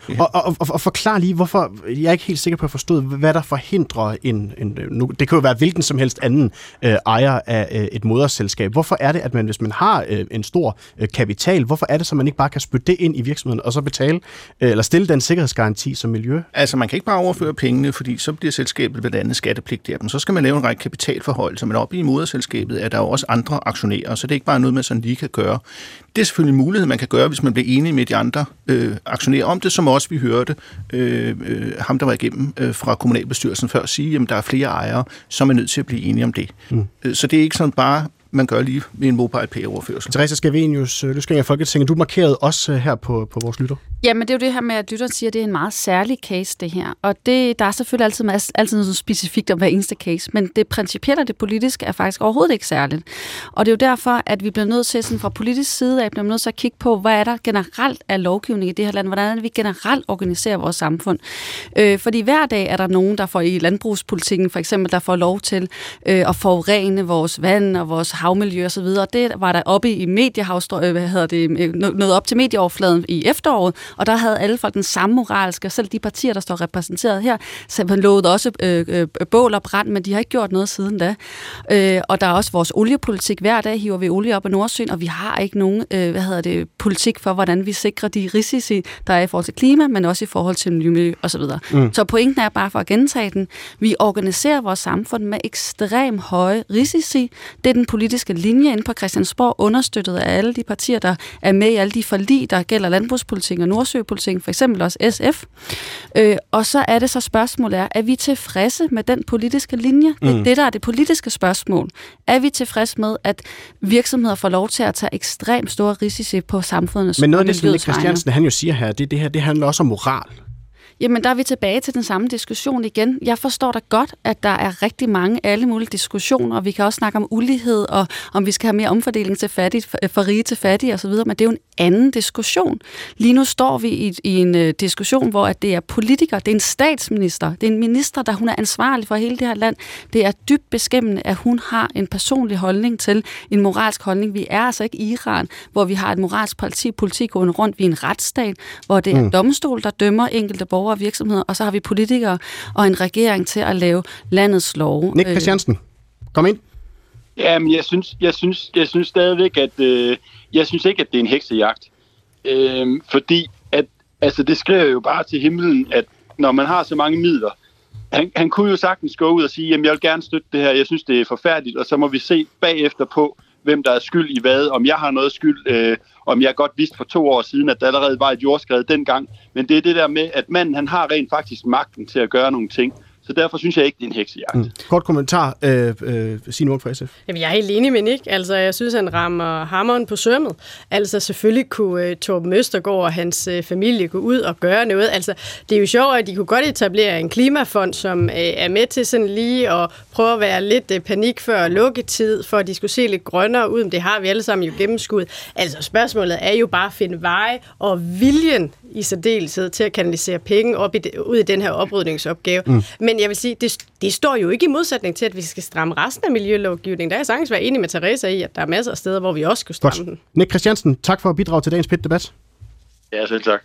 Og, og, og, og forklar lige, hvorfor, jeg er ikke helt sikker på at forstå, hvad der forhindrer en, en nu, det kan jo være hvilken som helst anden øh, ejer af øh, et moderselskab. Hvorfor er det, at man, hvis man har øh, en stor øh, kapital, hvorfor er det, så man ikke bare kan spytte det ind i virksomheden, og så betale, øh, eller stille den sikkerhedsgaranti som miljø? Altså, man kan ikke bare overføre pengene, fordi så bliver selskabet blandt andet skattepligtigt af dem. Så skal man lave en række kapitalforhold, men oppe i moderselskabet er der jo også andre aktionærer, så det er ikke bare noget, man sådan lige kan gøre. Det er selvfølgelig en mulighed, man kan gøre, hvis man bliver enig med de andre øh, aktionærer om det, som også vi hørte øh, øh, ham, der var igennem øh, fra kommunalbestyrelsen før, sige, at der er flere ejere, som er nødt til at blive enige om det. Mm. Så det er ikke sådan bare, man gør lige med en MobilePay-overførsel. Teresa Scavenius, løsgænger af Folketinget, du markerede også her på, på vores lytter. Jamen, det er jo det her med, at lytteren siger, at det er en meget særlig case, det her. Og det, der er selvfølgelig altid, altid noget specifikt om hver eneste case, men det principielle og det politiske er faktisk overhovedet ikke særligt. Og det er jo derfor, at vi bliver nødt til, sådan fra politisk side af, bliver nødt til at kigge på, hvad er der generelt af lovgivning i det her land, hvordan er det, vi generelt organiserer vores samfund. Øh, fordi hver dag er der nogen, der får i landbrugspolitikken, for eksempel, der får lov til øh, at forurene vores vand og vores havmiljø osv. Og det var der oppe i mediehavstrøm, hvad hedder det, noget op til medieoverfladen i efteråret, og der havde alle folk den samme moralske, og selv de partier, der står repræsenteret her, så man lovede også øh, øh, bål og brand, men de har ikke gjort noget siden da. Øh, og der er også vores oliepolitik. Hver dag hiver vi olie op af Nordsøen, og vi har ikke nogen øh, hvad hedder det, politik for, hvordan vi sikrer de risici, der er i forhold til klima, men også i forhold til miljø osv. Mm. Så pointen er bare for at gentage den. Vi organiserer vores samfund med ekstrem høje risici. Det er den politiske linje inde på Christiansborg, understøttet af alle de partier, der er med i alle de forlig, der gælder landbrugspolitik og Nordsøpolitik, for eksempel også S F. Øh, og så er det så spørgsmålet er, er vi tilfredse med den politiske linje? Det er mm. det, der er det politiske spørgsmål. Er vi tilfredse med, at virksomheder får lov til at tage ekstremt store risici på samfundets Men noget af det, som Nick Christiansen han jo siger her, det, det her, det handler også om moral. Jamen, der er vi tilbage til den samme diskussion igen. Jeg forstår da godt, at der er rigtig mange alle mulige diskussioner, og vi kan også snakke om ulighed, og om vi skal have mere omfordeling til fattige, for rige til fattige osv., men det er jo en anden diskussion. Lige nu står vi i, i en uh, diskussion, hvor at det er politikere, det er en statsminister, det er en minister, der hun er ansvarlig for hele det her land. Det er dybt beskæmmende, at hun har en personlig holdning til, en moralsk holdning. Vi er altså ikke i Iran, hvor vi har et moralsk politi, politi gående rundt. Vi er en retsstat, hvor det er mm. domstol, der dømmer enkelte borgere og virksomheder, og så har vi politikere og en regering til at lave landets love. Nick Christiansen, kom ind. Jamen, jeg synes, jeg synes, jeg synes stadigvæk, at øh, jeg synes ikke, at det er en heksejagt. Øh, fordi, at, altså, det skriver jo bare til himlen, at når man har så mange midler, han, han kunne jo sagtens gå ud og sige, jamen, jeg vil gerne støtte det her, jeg synes, det er forfærdeligt, og så må vi se bagefter på, hvem der er skyld i hvad, om jeg har noget skyld, øh, om jeg godt vidste for to år siden, at der allerede var et jordskred dengang. Men det er det der med, at manden han har rent faktisk magten til at gøre nogle ting. Så derfor synes jeg ikke, det er en heksejagt. Mm. Kort kommentar, øh, øh, Signe Munk fra S F. Jamen, jeg er helt enig med Nick. Altså, jeg synes, han rammer hammeren på sømmet. Altså, selvfølgelig kunne uh, Torben Østergaard og hans uh, familie gå ud og gøre noget. Altså, det er jo sjovt, at de kunne godt etablere en klimafond, som uh, er med til sådan lige at prøve at være lidt uh, panik før lukketid, for at de skulle se lidt grønnere ud. Men det har vi alle sammen jo gennemskudt. Altså, spørgsmålet er jo bare at finde veje og viljen i særdeleshed til at kanalisere penge op i det, ud i den her oprydningsopgave. Mm. Men jeg vil sige, det, det står jo ikke i modsætning til, at vi skal stramme resten af miljølovgivningen. Der er jeg sagtens være enig med Teresa i, at der er masser af steder, hvor vi også skal stramme Godt. den. Nick Christiansen, tak for at bidrage til dagens P et-debat. Ja, selv tak.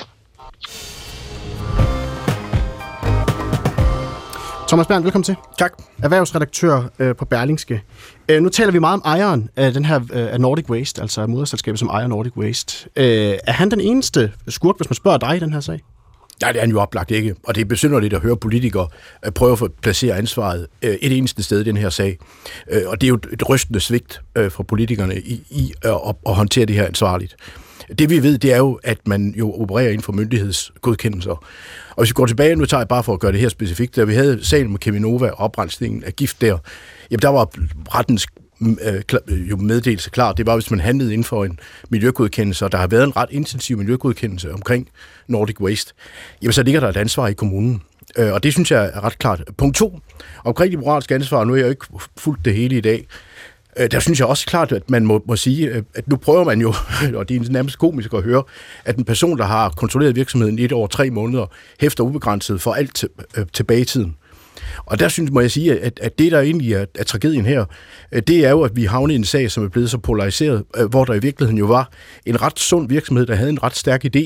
Thomas Bernd, velkommen til. Tak. Erhvervsredaktør øh, på Berlingske. Øh, nu taler vi meget om ejeren af den her øh, af Nordic Waste, altså moderselskabet, som ejer Nordic Waste. Øh, er han den eneste skurk, hvis man spørger dig i den her sag? Nej, det er han jo oplagt ikke. Og det er besynderligt at høre politikere prøve at placere ansvaret et eneste sted i den her sag. Og det er jo et rystende svigt fra politikerne i, i at, at håndtere det her ansvarligt. Det vi ved, det er jo, at man jo opererer inden for myndighedsgodkendelser. Og hvis vi går tilbage, nu tager jeg bare for at gøre det her specifikt, da vi havde sagen med Cheminova og oprensningen af gift der, jamen der var rettens jo meddelelse klar. Det var, hvis man handlede inden for en miljøgodkendelse, og der har været en ret intensiv miljøgodkendelse omkring Nordic Waste, jamen så ligger der et ansvar i kommunen. Og det synes jeg er ret klart. Punkt to, omkring de moralske ansvar, nu er jeg jo ikke fuldt det hele i dag, der synes jeg også klart, at man må, må sige, at nu prøver man jo, og det er nærmest komisk at høre, at en person, der har kontrolleret virksomheden i et år, tre måneder, hæfter ubegrænset for alt til, øh, tilbage i tiden. Og der synes må jeg sige, at, at det, der egentlig er, er tragedien her, det er jo, at vi havner i en sag, som er blevet så polariseret, hvor der i virkeligheden jo var en ret sund virksomhed, der havde en ret stærk idé,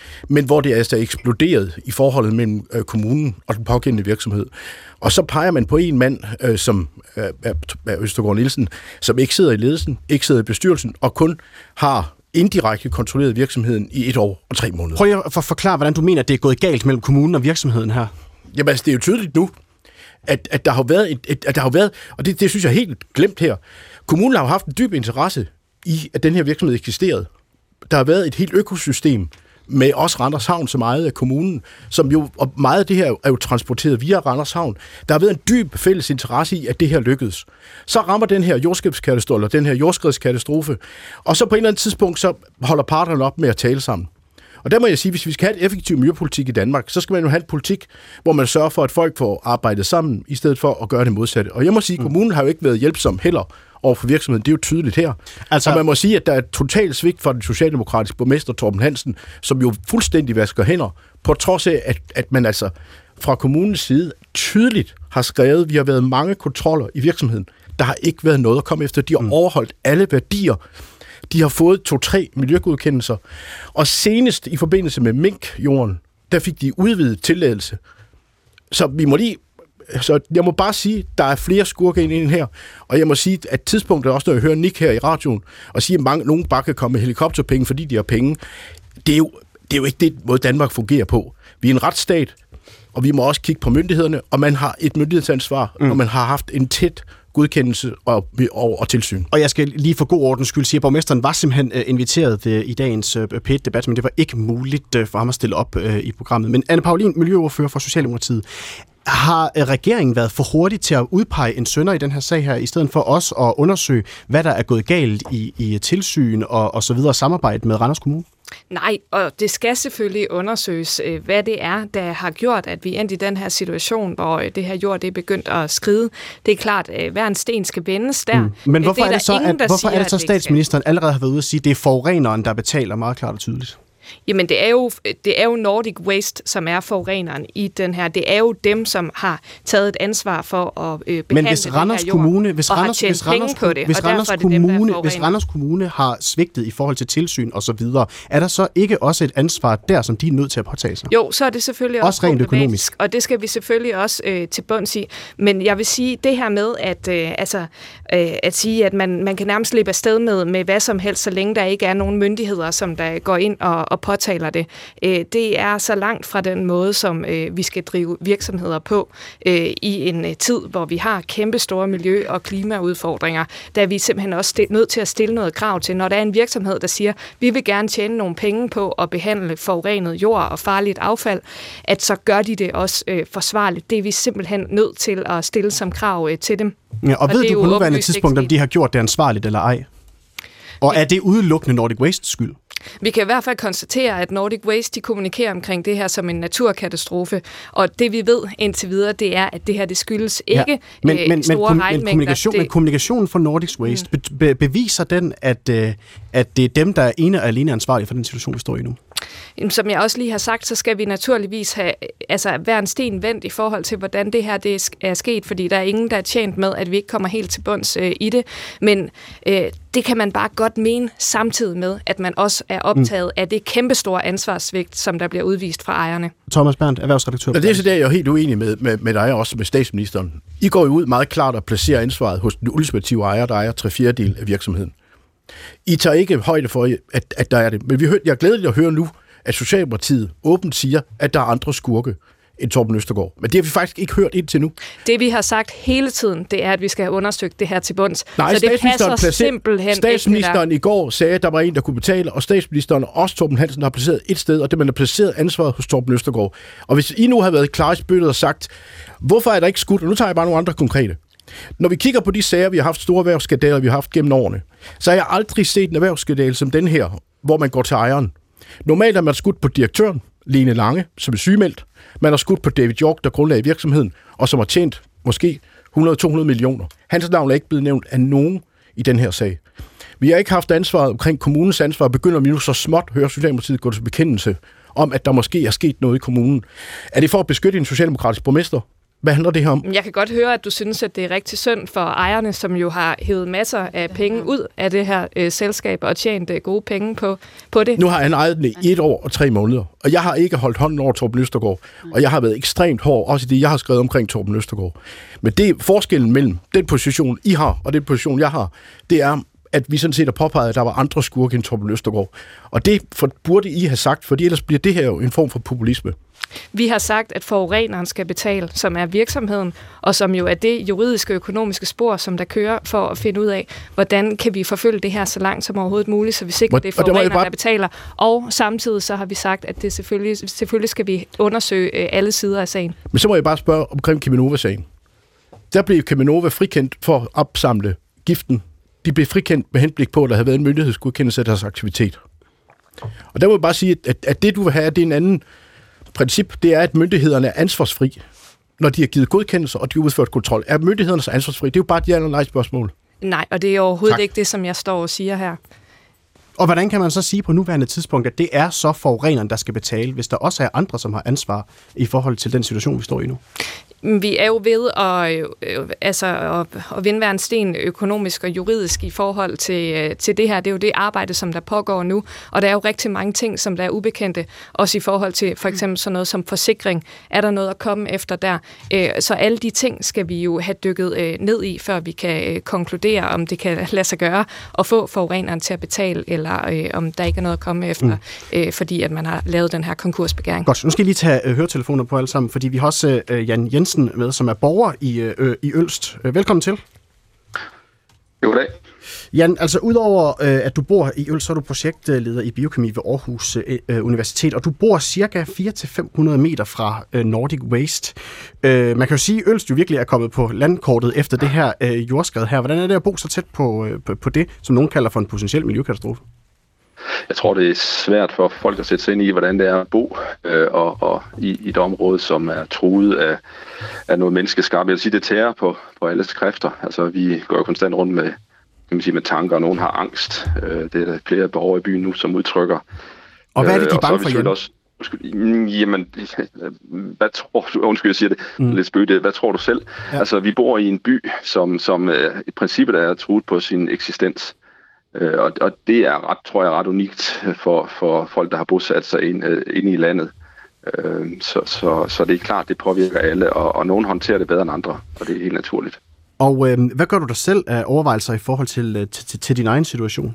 men hvor det altså er eksploderet i forholdet mellem øh, kommunen og den pågældende virksomhed. Og så peger man på en mand, øh, som øh, er Østergaard Nielsen, som ikke sidder i ledelsen, ikke sidder i bestyrelsen, og kun har indirekte kontrolleret virksomheden i et år og tre måneder. Prøv at for forklare, hvordan du mener, at det er gået galt mellem kommunen og virksomheden her. Jamen altså, det er jo tydeligt nu, at, at der har været, et, et, at der har været, og det, det synes jeg er helt glemt her, kommunen har jo haft en dyb interesse i, at den her virksomhed eksisterede. Der har været et helt økosystem med også Randers Havn som ejet af kommunen, som jo, og meget af det her er jo transporteret via Randers Havn. Der har været en dyb fælles interesse i, at det her lykkedes. Så rammer den her jordskælvskatastrofe, eller den her jordskredskatastrofe, og så på et eller andet tidspunkt, så holder parterne op med at tale sammen. Og der må jeg sige, hvis vi skal have et effektiv miljøpolitik i Danmark, så skal man jo have en politik, hvor man sørger for, at folk får arbejdet sammen, i stedet for at gøre det modsatte. Og jeg må sige, at mm. kommunen har jo ikke været hjælpsom heller over for virksomheden. Det er jo tydeligt her. Altså, og man må sige, at der er et totalt svigt for den socialdemokratiske borgmester Torben Hansen, som jo fuldstændig vasker hænder, på trods af, at, at man altså fra kommunens side tydeligt har skrevet, at vi har været mange kontroller i virksomheden. Der har ikke været noget at komme efter. De har mm. overholdt alle værdier. De har fået to-tre miljøgodkendelser. Og senest i forbindelse med minkjorden, der fik de udvidet tilladelse. Så vi må lige Så jeg må bare sige, at der er flere skurke ind i den her, og jeg må sige, at tidspunktet også, når jeg hører Nick her i radioen, og siger, at mange, nogen bare kan komme med helikopterpenge, fordi de har penge, det er jo, det er jo ikke det måde, Danmark fungerer på. Vi er en retsstat, og vi må også kigge på myndighederne, og man har et myndighedsansvar, mm. og man har haft en tæt godkendelse og, og, og tilsyn. Og jeg skal lige for god ordens skyld sige, at borgmesteren var simpelthen uh, inviteret uh, i dagens uh, P et-debat, men det var ikke muligt uh, for ham at stille op uh, i programmet. Men Anne Paulin, miljøordfører for Socialdemokratiet, har uh, regeringen været for hurtig til at udpege en synder i den her sag her, i stedet for os at undersøge, hvad der er gået galt i, i tilsyn og, og så videre samarbejde med Randers Kommune? Nej, og det skal selvfølgelig undersøges, hvad det er, der har gjort, at vi endte i den her situation, hvor det her jord det er begyndt at skride. Det er klart, at hver en sten skal vendes der. Mm. Men hvorfor det er, er det så, ingen, at, hvorfor siger, er det så, at statsministeren allerede har været ude at sige, at det er forureneren, der betaler meget klart og tydeligt? Jamen, det er, jo, det er jo Nordic Waste, som er forureneren i den her. Det er jo dem, som har taget et ansvar for at øh, behandle Men hvis den Randers her jord, Kommune, hvis og Randers, har tjent hvis Randers, penge på det, hvis og Randers derfor er det Kommune, dem, der er hvis Randers Kommune har svigtet i forhold til tilsyn og så videre, er der så ikke også et ansvar der, som de er nødt til at påtage sig? Jo, så er det selvfølgelig også, også rent økonomisk, og det skal vi selvfølgelig også øh, til bunds i. Men jeg vil sige, det her med at, øh, altså, øh, at sige, at man, man kan nærmest slippe afsted med, med hvad som helst, så længe der ikke er nogen myndigheder, som der går ind og, og påtaler det. Øh, det er så langt fra den måde, som øh, vi skal drive virksomheder på øh, i en øh, tid, hvor vi har kæmpe store miljø- og klimaudfordringer, der er vi simpelthen også stil- nødt til at stille noget krav til. Når der er en virksomhed, der siger, vi vil gerne tjene nogle penge på at behandle forurenet jord og farligt affald, at så gør de det også øh, forsvarligt. Det er vi simpelthen nødt til at stille som krav øh, til dem. Ja, og, og ved du på nuværende tidspunkt, om de har gjort det ansvarligt eller ej? Og er det udelukkende Nordic Waste skyld? Vi kan i hvert fald konstatere, at Nordic Waste de kommunikerer omkring det her som en naturkatastrofe, og det vi ved indtil videre, det er, at det her det skyldes ikke ja, men, øh, men, store men, regnmængder. Men, kommunikation, det... men kommunikationen for Nordic Waste mm. be, beviser den, at, øh, at det er dem, der er ene og alene ansvarlige for den situation, vi står i nu? Som jeg også lige har sagt, så skal vi naturligvis have altså, hver en sten vendt i forhold til, hvordan det her det er sket, fordi der er ingen, der er tjent med, at vi ikke kommer helt til bunds øh, i det. Men øh, det kan man bare godt mene samtidig med, at man også er optaget mm. af det kæmpestore ansvarssvigt, som der bliver udvist fra ejerne. Thomas Berndt, erhvervsredaktør. Ja, det er så der, jeg er helt uenig med, med, med dig og også med statsministeren. I går jo ud meget klart og placerer ansvaret hos den ultimative ejer, der ejer tre fjerdedel af virksomheden. I tager ikke højde for, at, at der er det. Men vi hør, jeg er glædelig at høre nu, at Socialdemokratiet åbent siger, at der er andre skurke end Torben Østergaard. Men det har vi faktisk ikke hørt indtil nu. Det vi har sagt hele tiden, det er, at vi skal have undersøgt det her til bunds. Nej, så det passer simpelthen statsministeren i går sagde, at der var en, der kunne betale, og statsministeren og også Torben Hansen har placeret et sted, og det man har placeret ansvaret hos Torben Østergaard. Og hvis I nu har været klar i spyttet og sagt, hvorfor er der ikke skudt, og nu tager jeg bare nogle andre konkrete. Når vi kigger på de sager, vi har haft store erhvervsskandaler, vi har haft gennem årene, så har jeg aldrig set en erhvervsskandale som den her, hvor man går til ejeren. Normalt er man skudt på direktøren, Lene Lange, som er sygemeldt. Man har skudt på David York, der grundlagde virksomheden, og som har tjent måske hundrede til to hundrede millioner. Hans navn er ikke blevet nævnt af nogen i den her sag. Vi har ikke haft ansvaret omkring kommunens ansvar, og begynder vi nu så småt, hører Socialdemokratiet gå til bekendelse om, at der måske er sket noget i kommunen. Er det for at beskytte en socialdemokratisk borgmester? Hvad handler det her om? Jeg kan godt høre, at du synes, at det er rigtig synd for ejerne, som jo har hævet masser af penge ud af det her øh, selskab og tjent øh, gode penge på, på det. Nu har han ejet den i et år og tre måneder, og jeg har ikke holdt hånden over Torben Østergaard, og jeg har været ekstremt hård, også i det, jeg har skrevet omkring Torben Østergaard. Men det forskellen mellem den position, I har, og den position, jeg har, det er, at vi sådan set har påpeget, at der var andre skurke end Torben Østergaard. Og det for, burde I have sagt, fordi ellers bliver det her jo en form for populisme. Vi har sagt, at forureneren skal betale, som er virksomheden, og som jo er det juridiske og økonomiske spor, som der kører for at finde ud af, hvordan kan vi forfølge det her så langt som overhovedet muligt, så vi sikrer, at det er forureneren, bare... der betaler. Og samtidig så har vi sagt, at det selvfølgelig, selvfølgelig skal vi undersøge alle sider af sagen. Men så må jeg bare spørge omkring Cheminova-sagen. Der blev Cheminova frikendt for at opsamle giften. De blev frikendt med henblik på, at der havde været en myndighedsgodkendelse af deres aktivitet. Og der må jeg bare sige, at, at det du vil have, det er en anden princip, det er, at myndighederne er ansvarsfri, når de har givet godkendelser, og de har udført kontrol. Er myndighederne så ansvarsfri? Det er jo bare et ja eller nej spørgsmål. Nej, og det er overhovedet tak. ikke det, som jeg står og siger her. Og hvordan kan man så sige på nuværende tidspunkt, at det er så forureneren, der skal betale, hvis der også er andre, som har ansvar i forhold til den situation, vi står i nu? Vi er jo ved at, øh, altså, at, at vinde hver en sten økonomisk og juridisk i forhold til, øh, til det her. Det er jo det arbejde, som der pågår nu, og der er jo rigtig mange ting, som der er ubekendte, også i forhold til for eksempel sådan noget som forsikring. Er der noget at komme efter der? Øh, så alle de ting skal vi jo have dykket øh, ned i, før vi kan øh, konkludere, om det kan lade sig gøre at få forureneren til at betale, eller øh, om der ikke er noget at komme efter, mm. øh, fordi at man har lavet den her konkursbegæring. Godt, nu skal I lige tage øh, høretelefoner på alle sammen, fordi vi har også øh, Jan Jensen med, som er borger i, øh, i Ølst. Velkommen til. Goddag. Jan, altså udover øh, at du bor i Ølst, så er du projektleder i biokemi ved Aarhus øh, Universitet, og du bor cirka fire til fem hundrede meter fra øh, Nordic Waste. Øh, man kan jo sige, at Ølst jo virkelig er kommet på landkortet efter det her øh, jordskred her. Hvordan er det at bo så tæt på, øh, på, på det, som nogen kalder for en potentiel miljøkatastrofe? Jeg tror, det er svært for folk at sætte sig ind i, hvordan det er at bo øh, og, og i, i et område, som er truet af, af noget menneskeskabt. Jeg vil sige, det tærer på, på alles kræfter. Altså, vi går jo konstant rundt med, kan man sige, med tanker, og nogen har angst. Øh, det er der flere borgere i byen nu, som udtrykker. Og hvad er det, de er bange for, Jan? Også, jamen, hvad tror du, undskyld, jeg siger det, mm. lidt spøgt, hvad tror du selv? Ja. Altså, vi bor i en by, som, som øh, i princippet er truet på sin eksistens. Øh, og, og det er ret, tror jeg, ret unikt for, for folk, der har bosat sig ind, øh, inde i landet. Øh, så, så, så det er klart, det påvirker alle, og, og nogen håndterer det bedre end andre, og det er helt naturligt. Og øh, hvad gør du dig selv af overvejelser i forhold til, til, til, til din egen situation?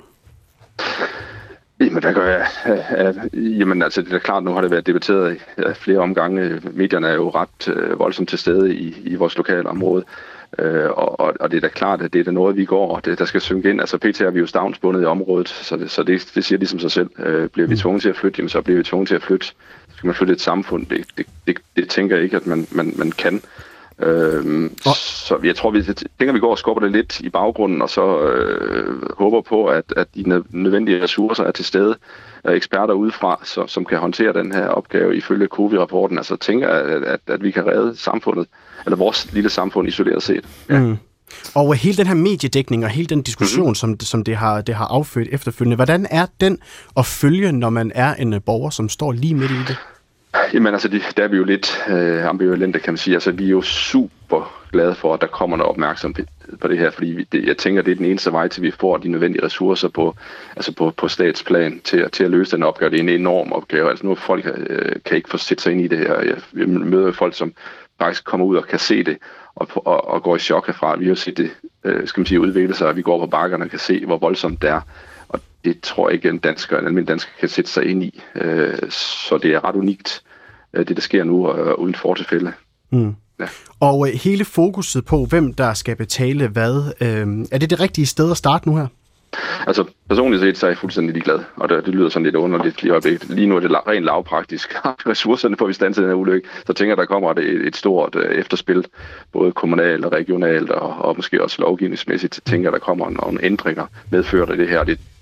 Jamen, hvad gør jeg? Jamen, altså, det er klart, nu har det været debatteret i flere omgange. Medierne er jo ret øh, voldsomt til stede i, i vores lokale område. Øh, og, og det er da klart, at det er da noget, vi går, og det, der skal synge ind. Altså, P T er vi jo stavnsbundet i området, så det, så det, det siger ligesom sig selv. Øh, bliver vi tvunget til at flytte, jamen, så bliver vi tvunget til at flytte. Skal man flytte et samfund? Det, det, det, det tænker jeg ikke, at man, man, man kan. Øh, oh. Så jeg tror, vi tænker, vi går og skubber det lidt i baggrunden, og så øh, håber på, at, at de nødvendige ressourcer er til stede. Eksperter udefra, så, som kan håndtere den her opgave ifølge Cowi-rapporten. Altså tænker, at, at, at vi kan redde samfundet, eller vores lille samfund isoleret set. Ja. Mm. Og hele den her mediedækning og hele den diskussion, mm-hmm. som, som det, har, det har affødt efterfølgende, hvordan er den at følge, når man er en borger, som står lige midt i det? Jamen altså, det, der er vi jo lidt øh, ambivalente, kan man sige. Altså, vi er jo super glade for, at der kommer noget opmærksomhed på det her, fordi vi, det, jeg tænker, det er den eneste vej til, vi får de nødvendige ressourcer på, altså på, på statsplan til, til at løse den opgave. Det er en enorm opgave. Altså, nu folk øh, kan ikke få sætte sig ind i det her. Jeg, jeg møder folk, som faktisk kommer ud og kan se det, og, og, og går i chok herfra. Vi har set det, øh, skal man sige, udvikle sig, og vi går på bakkerne og kan se, hvor voldsomt det er. Og det tror jeg ikke, en dansker, en almindelig dansker kan sætte sig ind i. Øh, så det er ret unikt, det der sker nu, uh, uden fortilfælde. Mm. Ja. Og uh, hele fokuset på, hvem der skal betale hvad, uh, er det det rigtige sted at starte nu her? Altså, personligt set, så er jeg fuldstændig ligeglad, og det, det lyder sådan lidt underligt lige øjeblik. Lige nu er det la- rent lavpraktisk. Ressourcerne får vi stand til den her ulykke, så tænker jeg, der kommer et, et stort uh, efterspil, både kommunalt og regionalt, og, og måske også lovgivningsmæssigt, tænker jeg, der kommer nogle ændringer medført af det her. Det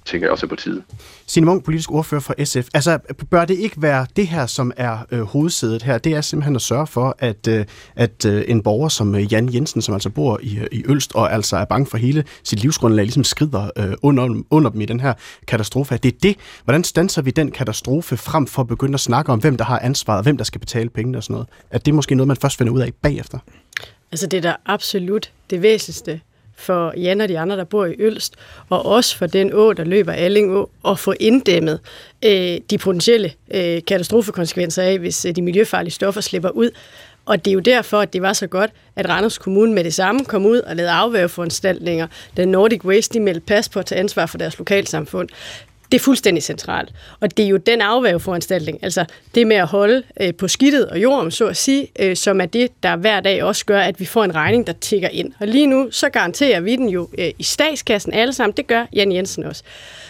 tænker jeg også er på tide. Signe Munk, politisk ordfører for S F. Altså, bør det ikke være det her, som er øh, hovedsædet her? Det er simpelthen at sørge for, at, øh, at øh, en borger som øh, Jan Jensen, som altså bor i, i Ølst, og altså er bange for hele sit livsgrundlag, ligesom skrider øh, under, under dem i den her katastrofe. Det er det. Hvordan standser vi den katastrofe frem for at begynde at snakke om, hvem der har ansvaret, og hvem der skal betale pengene og sådan noget? Er det måske noget, man først finder ud af bagefter? Altså, det er da absolut det væsentligste for Jan og de andre, der bor i Ølst, og også for den å, der løber Alling Å, og få inddæmmet øh, de potentielle øh, katastrofekonsekvenser af, hvis øh, de miljøfarlige stoffer slipper ud. Og det er jo derfor, at det var så godt, at Randers Kommune med det samme kom ud og lavede afværgeforanstaltninger, da Nordic Waste de meldte pas på at tage ansvar for deres lokalsamfund. Det er fuldstændig centralt. Og det er jo den afværgeforanstaltning, altså det med at holde øh, på skidtet og jorden, så at sige, øh, som er det, der hver dag også gør, at vi får en regning, der tikker ind. Og lige nu, så garanterer vi den jo øh, i statskassen alle sammen. Det gør Jan Jensen også.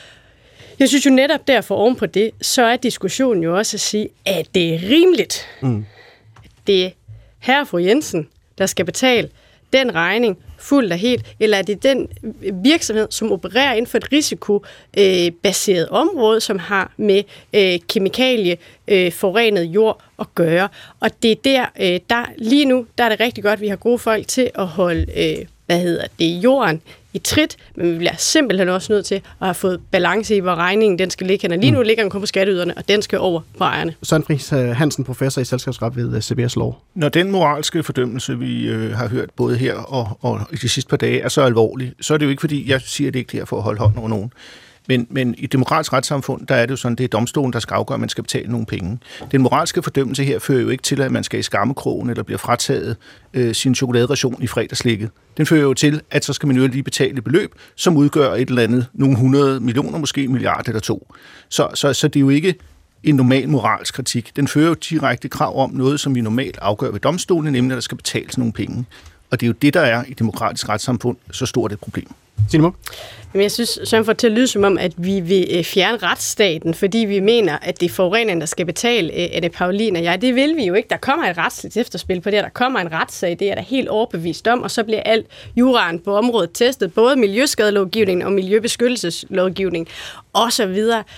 Jeg synes jo netop derfor oven på det, så er diskussionen jo også at sige, at det er rimeligt. Mm. Det er herre og fru Jensen, der skal betale den regning fuldt og helt, eller er det den virksomhed, som opererer inden for et risikobaseret område, som har med øh, kemikalie, øh, forurenet jord at gøre. Og det er der, øh, der lige nu, der er det rigtig godt, at vi har gode folk til at holde, øh, hvad hedder det, jorden i trit, men vi bliver simpelthen også nødt til at have fået balance i, hvor regningen den skal ligge hen. Lige nu ligger den kun på skatteyderne, og den skal over på ejerne. Søren Friis Hansen, professor i selskabsret ved C B S Law. Når den moralske fordømmelse, vi øh, har hørt både her og, og i de sidste par dage, er så alvorlig, så er det jo ikke, fordi jeg siger det ikke her for at holde hånden over nogen. Men, men i et demokratisk retssamfund, der er det jo sådan, det er domstolen, der skal afgøre, at man skal betale nogle penge. Den moralske fordømmelse her fører jo ikke til, at man skal i skammekrogen eller bliver frataget øh, sin chokoladeration i fredagslikket. Den fører jo til, at så skal man jo lige betale et beløb, som udgør et eller andet, nogle hundrede millioner, måske milliarder eller to. Så, så, så det er jo ikke en normal moralsk kritik. Den fører jo direkte krav om noget, som vi normalt afgør ved domstolen, nemlig at der skal betales nogle penge. Og det er jo det, der er i et demokratisk retssamfund så stort et problem. Signe Munk? Jamen, jeg synes, så får til at lyde som om, at vi vil fjerne retsstaten, fordi vi mener, at det er forureneren, der skal betale. Anne Paulin og jeg, det vil vi jo ikke. Der kommer et retsligt efterspil på det, der kommer en retssag, det er der helt overbevist om, og så bliver alt juraen på området testet, både miljøskadelovgivningen og miljøbeskyttelseslovgivningen osv.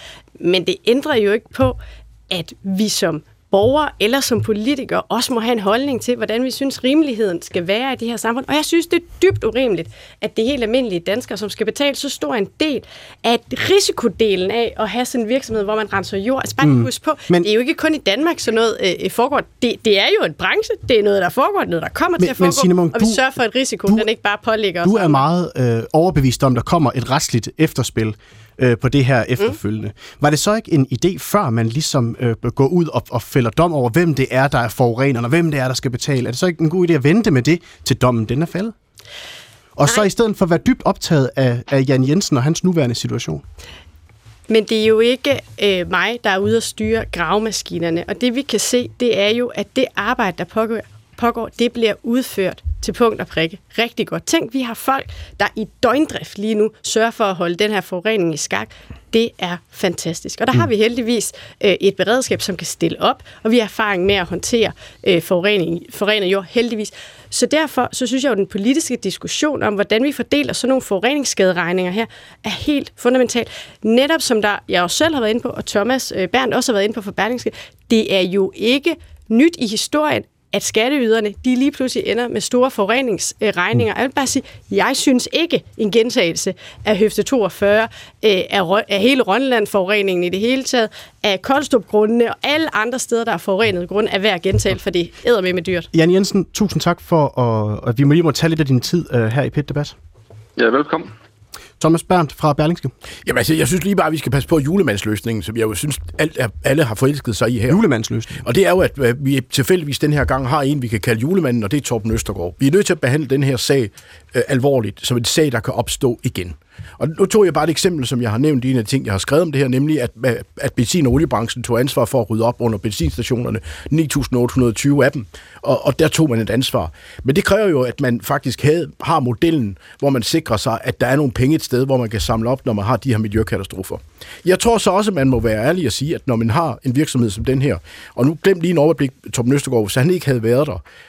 Men det ændrer jo ikke på, at vi som borgere eller som politikere også må have en holdning til, hvordan vi synes, rimeligheden skal være i det her samfund. Og jeg synes, det er dybt urimeligt, at det er helt almindelige danskere, som skal betale så stor en del af risikodelen af at have sådan en virksomhed, hvor man renser jord. Altså bare mm. husk på, men det er jo ikke kun i Danmark, så noget øh, foregår. Det, det er jo en branche, det er noget, der foregår, noget, der kommer men, til at foregå, Signe Munk, og vi du, sørger for, at risiko, du, den ikke bare pålægger os. Du er meget øh, overbevist om, der kommer et retsligt efterspil på det her efterfølgende. Mm. Var det så ikke en idé, før man ligesom øh, går ud og, og fælder dom over, hvem det er, der er forurenerne, og hvem det er, der skal betale? Er det så ikke en god idé at vente med det, til dommen den er faldet? Og Nej. Så i stedet for at være dybt optaget af, af Jan Jensen og hans nuværende situation? Men det er jo ikke øh, mig, der er ude at styre gravemaskinerne, og det vi kan se, det er jo, at det arbejde, der pågår, pågår det bliver udført til punkt og prikke. Rigtig godt. Tænk, vi har folk, der i døgndrift lige nu sørger for at holde den her forurening i skak. Det er fantastisk. Og der har vi heldigvis øh, et beredskab, som kan stille op, og vi har erfaring med at håndtere øh, forurening, forurenet jord, heldigvis. Så derfor så synes jeg jo, at den politiske diskussion om, hvordan vi fordeler sådan nogle forureningsskaderegninger her, er helt fundamentalt. Netop som der, jeg også selv har været inde på, og Thomas øh, Berndt også har været inde på for Berlingske, det er jo ikke nyt i historien, at skatteyderne, de lige pludselig ender med store forureningsregninger. Jeg vil bare sige, jeg synes ikke en gentagelse af høfde toogfyrre, af, af hele Rønland-forureningen i det hele taget, af Koldstrup-grundene og alle andre steder, der er forurenet grund, er værd at gentale, for det æder med med dyrt. Jan Jensen, tusind tak for, at, at vi må lige må tage lidt af din tid uh, her i P et-debat. Ja, velkommen. Thomas Berndt fra Berlingske. Jamen altså, jeg synes lige bare, at vi skal passe på julemandsløsningen, som jeg jo synes, alt er, alle har forelsket sig i her. Julemandsløsningen. Og det er jo, at vi tilfældigvis den her gang har en, vi kan kalde julemanden, og det er Torben Østergaard. Vi er nødt til at behandle den her sag øh, alvorligt, som en sag, der kan opstå igen. Og nu tog jeg bare et eksempel, som jeg har nævnt i en af de ting, jeg har skrevet om det her, nemlig at, at benzin- og oliebranchen tog ansvar for at rydde op under benzinstationerne, ni tusind otte hundrede og tyve af dem, og, og der tog man et ansvar. Men det kræver jo, at man faktisk havde, har modellen, hvor man sikrer sig, at der er nogle penge et sted, hvor man kan samle op, når man har de her miljøkatastrofer. Jeg tror så også, at man må være ærlig at sige, at når man har en virksomhed som den her, og nu glem lige en overblik Torben Østergaard, så han ikke havde været der,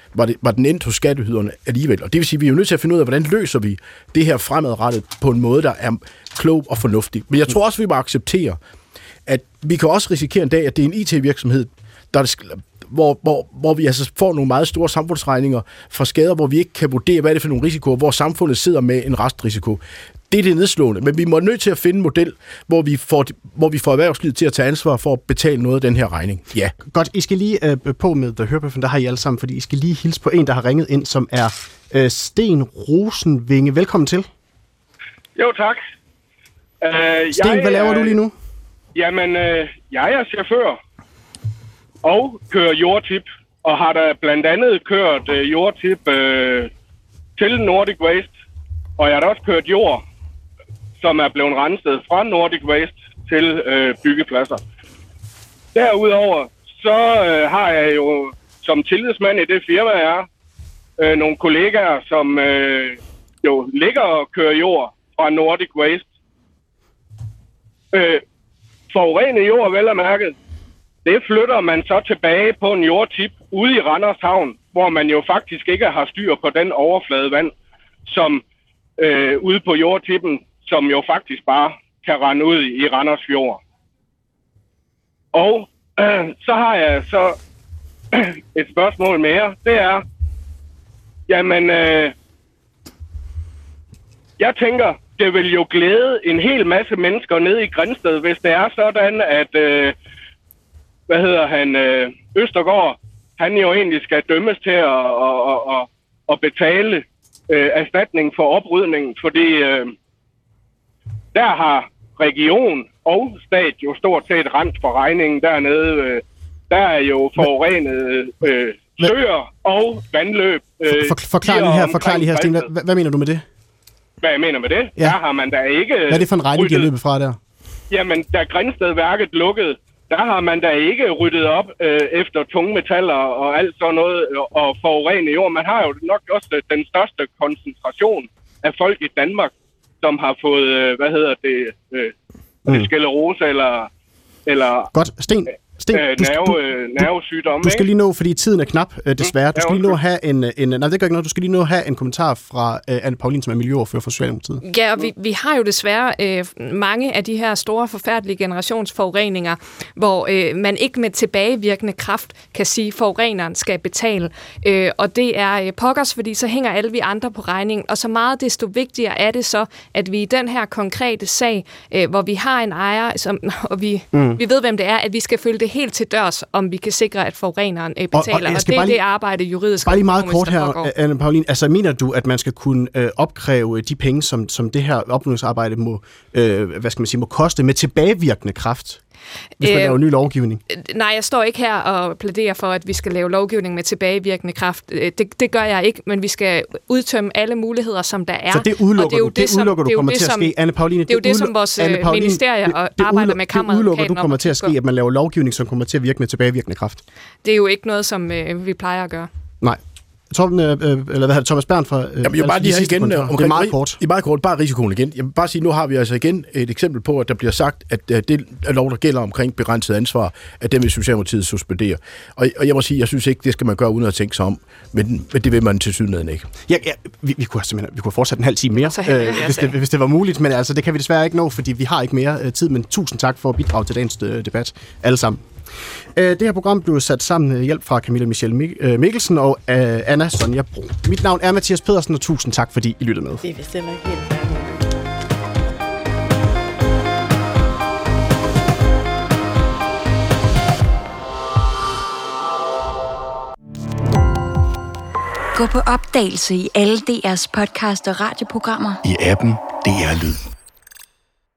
var, det, var den endt hos skatteyderne alligevel. Og det vil sige, at vi er jo nødt til at finde ud af, hvordan løser vi det her fremadrettet på en måde, der er klog og fornuftig. Men jeg tror også, vi må acceptere, at vi kan også risikere en dag, at det er en I T-virksomhed, der hvor, hvor, hvor vi altså får nogle meget store samfundsregninger fra skader, hvor vi ikke kan vurdere, hvad er det for nogle risikoer, hvor samfundet sidder med en restrisiko. Det er det nedslående, men vi må nødt til at finde en model, hvor vi får, hvor vi får erhvervslivet til at tage ansvar for at betale noget af den her regning. Ja. Godt, I skal lige øh, på med The Hørbøffen, der har I alle sammen, fordi I skal lige hilse på en, der har ringet ind, som er øh, Sten Rosenvinge. Velkommen til. Jo, tak. Uh, Sten, jeg, hvad laver uh, du lige nu? Jamen, uh, jeg er chauffør og kører jordtip, og har da blandt andet kørt uh, jordtip uh, til Nordic Waste, og jeg har da også kørt jord, som er blevet renset fra Nordic Waste til øh, byggepladser. Derudover, så øh, har jeg jo som tillidsmand i det firma, jeg er, øh, nogle kollegaer, som øh, jo ligger og kører jord fra Nordic Waste. Øh, forurenet jord, vel at mærke, det flytter man så tilbage på en jordtip ude i Randers Havn, hvor man jo faktisk ikke har styr på den overflade vand, som Øh, ude på jordtippen, som jo faktisk bare kan rende ud i Randers Fjord. Og øh, så har jeg så et spørgsmål mere. Det er, jamen, øh, jeg tænker, det vil jo glæde en hel masse mennesker nede i Grindsted, hvis det er sådan, at, øh, hvad hedder han, øh, Østergaard, han jo egentlig skal dømmes til at, at, at, at, at betale Øh, erstatning for oprydningen, fordi øh, der har region og stat jo stort set rendt for regningen dernede. Øh, der er jo forurenet øh, søer og vandløb. Øh, for, for, forklar lige her, forklar lige her, Sten. Hvad, hvad mener du med det? Hvad jeg mener med det? Ja. Der har man da ikke... Hvad er det for en regning, de har løbet fra der? Jamen, da Grindstedværket lukkede, der har man da ikke ryddet op øh, efter tungmetaller og alt sådan noget og forurenet jord. Man har jo nok også den største koncentration af folk i Danmark, som har fået, øh, hvad hedder det, øh, mm. sklerose eller... eller Godt, Sten. Sten, øh, du, nerve, du, nervesygdomme. Du skal lige nå, fordi tiden er knap, øh, desværre. Du skal lige nå at have en, en... Nej, det gør ikke noget. Du skal lige nå at have en kommentar fra øh, Anne Paulin, som er miljøordfører for Socialdemokratiet. Ja, og vi, vi har jo desværre øh, mange af de her store, forfærdelige generationsforureninger, hvor øh, man ikke med tilbagevirkende kraft kan sige, at forureneren skal betale. Øh, og det er øh, pokkers, fordi så hænger alle vi andre på regningen. Og så meget desto vigtigere er det så, at vi i den her konkrete sag, øh, hvor vi har en ejer, som, og vi, mm. vi ved, hvem det er, at vi skal følge det helt til dørs, om vi kan sikre, at forureneren øh, betaler. Og, og, og det er det arbejde juridisk. Bare lige meget kort her, Anne Paulin. Altså, mener du, at man skal kunne øh, opkræve de penge, som, som det her oprydningsarbejde må, øh, hvad skal man sige, må koste med tilbagevirkende kraft? Hvis man øh, laver ny lovgivning? Nej, jeg står ikke her og plæderer for, at vi skal lave lovgivning med tilbagevirkende kraft. Det, det gør jeg ikke, men vi skal udtømme alle muligheder, som der er. Så det udelukker og det er jo du, det, det udelukker du kommer til at ske, Anne Pauline? Det er jo det, som vores ministerier arbejder med kammeradvokaten. Det udelukker du kommer til at ske, at man laver lovgivning, som kommer til at virke med tilbagevirkende kraft? Det er jo ikke noget, som øh, vi plejer at gøre. Nej. Torben, øh, eller hvad hedder det, Thomas Berndt fra... Øh, Jamen, jeg bare lige her igen, omkring, det er meget kort. Det er meget kort, bare risikoen igen. Jeg vil bare sige, nu har vi altså igen et eksempel på, at der bliver sagt, at øh, det er lov, der gælder omkring begrænset ansvar, at den vil Socialdemokratiet suspendere. Og, og jeg må sige, jeg synes ikke, det skal man gøre uden at tænke sig om, men, men det vil man til sydenheden ikke. Ja, ja vi, vi kunne simpelthen vi kunne fortsætte en halv time mere, øh, hvis, det, hvis det var muligt, men altså, det kan vi desværre ikke nå, fordi vi har ikke mere øh, tid, men tusind tak for at bidrage til dagens øh, debat, alle sammen. Det her program blev sat sammen med hjælp fra Camilla Michelle Mikkelsen og Anna Sonja Bro. Mit navn er Mathias Pedersen, og tusind tak, fordi I lyttede med. Det er vist heller ikke helt færdigt. Gå på opdagelse i alle D R's podcast og radioprogrammer. I appen D R Lyd.